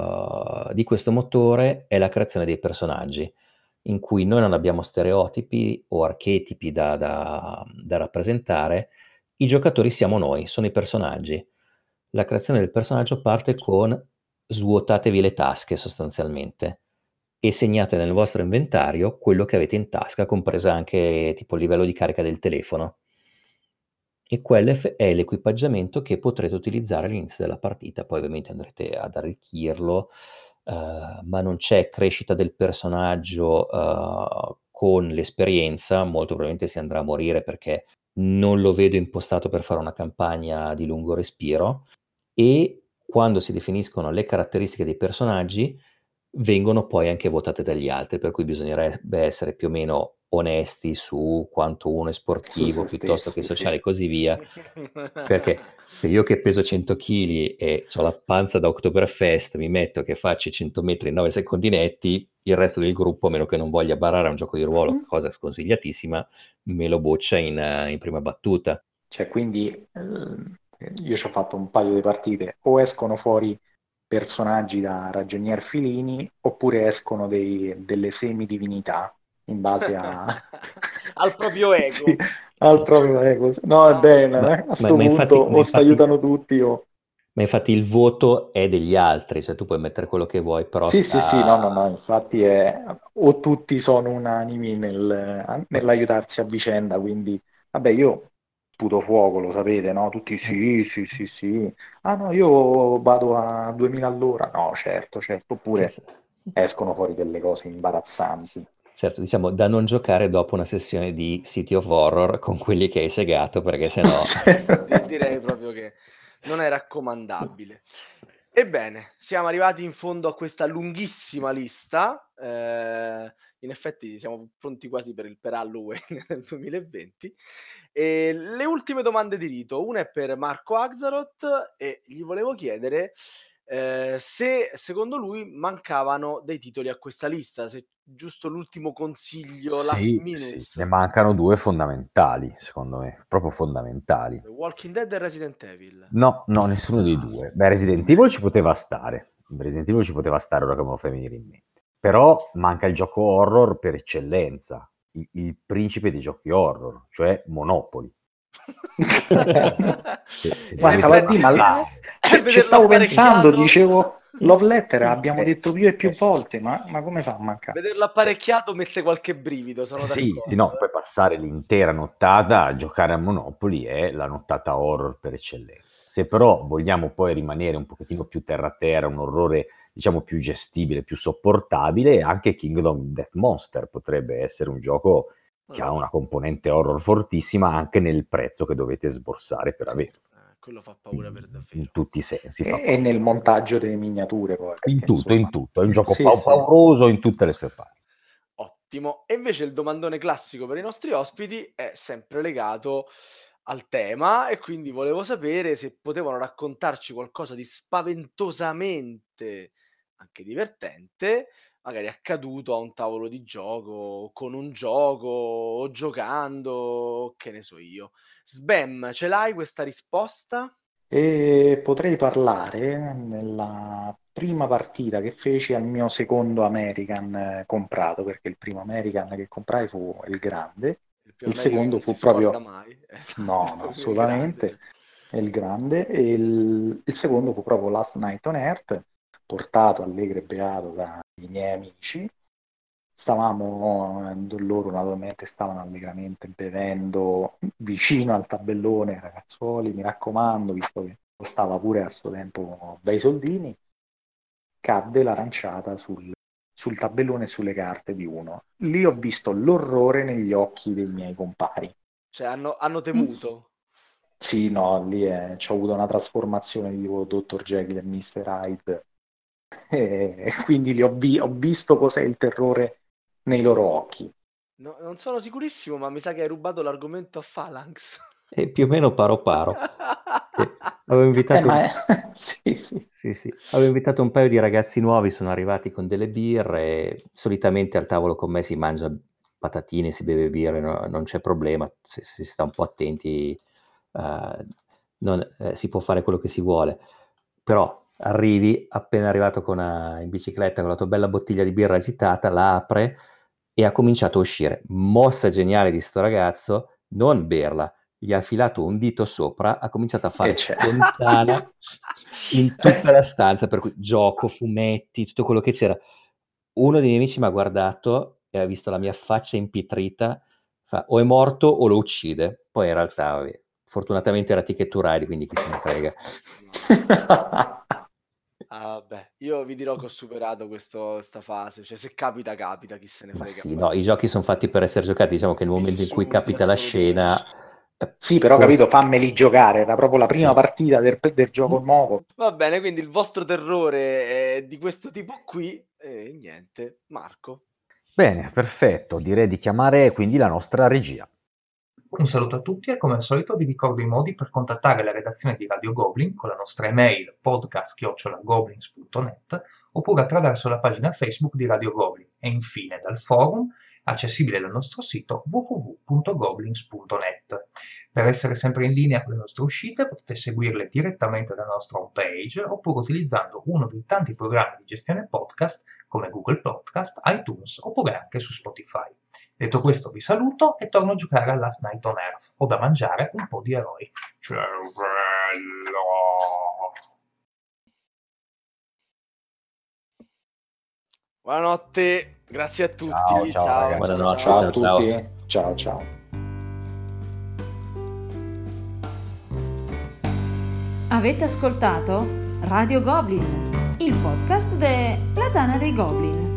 motore è la creazione dei personaggi, in cui noi non abbiamo stereotipi o archetipi da rappresentare, i giocatori siamo noi, sono i personaggi. La creazione del personaggio parte con svuotatevi le tasche sostanzialmente e segnate nel vostro inventario quello che avete in tasca, compresa anche tipo il livello di carica del telefono. E quello è l'equipaggiamento che potrete utilizzare all'inizio della partita. Poi ovviamente andrete ad arricchirlo, ma non c'è crescita del personaggio con l'esperienza. Molto probabilmente si andrà a morire, perché non lo vedo impostato per fare una campagna di lungo respiro, e quando si definiscono le caratteristiche dei personaggi vengono poi anche votate dagli altri, per cui bisognerebbe essere più o meno onesti su quanto uno è sportivo piuttosto che sociale e così via, perché se io che peso 100 kg e ho la panza da Oktoberfest mi metto che faccio 100 metri in 9 secondi netti, il resto del gruppo, a meno che non voglia barare a un gioco di ruolo, cosa sconsigliatissima, me lo boccia in prima battuta. Cioè, quindi io ci ho fatto un paio di partite, o escono fuori personaggi da ragionier Filini, oppure escono delle semidivinità in base al proprio ego. Sì, al proprio ego. No, è bene, a questo punto o si aiutano tutti o... Ma infatti il voto è degli altri, cioè tu puoi mettere quello che vuoi, però... Sì, no, infatti o tutti sono unanimi nell'aiutarsi a vicenda, quindi, vabbè, io sputo fuoco, lo sapete, no? Tutti sì. Ah no, io vado a 2000 all'ora. No, certo, oppure escono fuori delle cose imbarazzanti. Certo, diciamo da non giocare dopo una sessione di City of Horror con quelli che hai segato, perché sennò... Direi proprio che non è raccomandabile. Ebbene, siamo arrivati in fondo a questa lunghissima lista. In effetti siamo pronti quasi per Halloween del 2020. E le ultime domande di rito. Una è per Marco Axaroth e gli volevo chiedere se secondo lui mancavano dei titoli a questa lista, se giusto l'ultimo consiglio last minute. Sì, ne mancano 2 fondamentali, secondo me, proprio fondamentali. Walking Dead e Resident Evil. No, nessuno dei due. Beh, Resident Evil ci poteva stare ora che me lo fai venire in mente. Però manca il gioco horror per eccellenza, il principe dei giochi horror, cioè Monopoly. Ci stavo pensando, dicevo Love Letter, abbiamo detto più e più volte, ma come fa a mancare? Vederlo apparecchiato mette qualche brivido, sono d'accordo. Sì, no, poi passare l'intera nottata a giocare a Monopoly è la nottata horror per eccellenza. Se però vogliamo poi rimanere un pochettino più terra a terra, un orrore diciamo più gestibile, più sopportabile, anche Kingdom Death Monster potrebbe essere un gioco che ha una componente horror fortissima anche nel prezzo che dovete sborsare per averlo. Quello fa paura per davvero. In tutti i sensi. E nel montaggio delle miniature poi. In tutto. È un gioco pauroso in tutte le sue parti. Ottimo. E invece il domandone classico per i nostri ospiti è sempre legato al tema e quindi volevo sapere se potevano raccontarci qualcosa di spaventosamente anche divertente, magari accaduto a un tavolo di gioco, con un gioco o giocando, che ne so io. Sbam, ce l'hai questa risposta? E potrei parlare nella prima partita che feci al mio secondo American comprato, perché il primo American che comprai fu il grande, il secondo fu proprio mai. No, assolutamente è il grande, e il secondo fu proprio Last Night on Earth, portato allegro e beato dai miei amici. Loro naturalmente stavano allegramente bevendo vicino al tabellone, ragazzuoli, mi raccomando, visto che costava pure a suo tempo bei soldini, cadde l'aranciata sul tabellone e sulle carte di uno. Lì ho visto l'orrore negli occhi dei miei compari. Cioè hanno temuto? Sì, no, lì c'ho avuto una trasformazione di tipo Dr. Jekyll e Mr. Hyde. E quindi lì ho visto cos'è il terrore nei loro occhi. No, non sono sicurissimo, ma mi sa che hai rubato l'argomento a Phalanx. E più o meno paro. Avevo invitato sì. Avevo invitato un paio di ragazzi nuovi, sono arrivati con delle birre. Solitamente al tavolo con me si mangia patatine, si beve birre, no, non c'è problema, se si sta un po' attenti si può fare quello che si vuole. Però arrivi appena arrivato in bicicletta con la tua bella bottiglia di birra agitata, la apre e ha cominciato a uscire. Mossa geniale di sto ragazzo, non berla, gli ha infilato un dito sopra, ha cominciato a fare fontana in tutta la stanza, per cui gioco, fumetti, tutto quello che c'era. Uno dei miei amici mi ha guardato e ha visto la mia faccia impietrita, fa o è morto o lo uccide. Poi in realtà fortunatamente era Ticket to Ride, quindi chi se ne frega. Vabbè, io vi dirò che ho superato questa fase, cioè se capita, chi se ne frega. Ma sì, no, i giochi sono fatti per essere giocati, diciamo che nel momento in cui capita la scena... Sì, però capito, fammeli giocare, era proprio la prima partita del gioco nuovo. Va bene, quindi il vostro terrore è di questo tipo qui, e niente, Marco. Bene, perfetto, direi di chiamare quindi la nostra regia. Un saluto a tutti e come al solito vi ricordo i modi per contattare la redazione di Radio Goblin con la nostra email podcast@goblins.net oppure attraverso la pagina Facebook di Radio Goblin e infine dal forum accessibile dal nostro sito www.goblins.net. Per essere sempre in linea con le nostre uscite potete seguirle direttamente dalla nostra homepage oppure utilizzando uno dei tanti programmi di gestione podcast come Google Podcast, iTunes oppure anche su Spotify. Detto questo vi saluto e torno a giocare a Last Night on Earth. Ho da mangiare un po' di eroi. Cervello! Buonanotte, grazie a tutti. Ciao, buonanotte, ciao a tutti. Ciao. Avete ascoltato Radio Goblin, il podcast della Tana dei Goblin.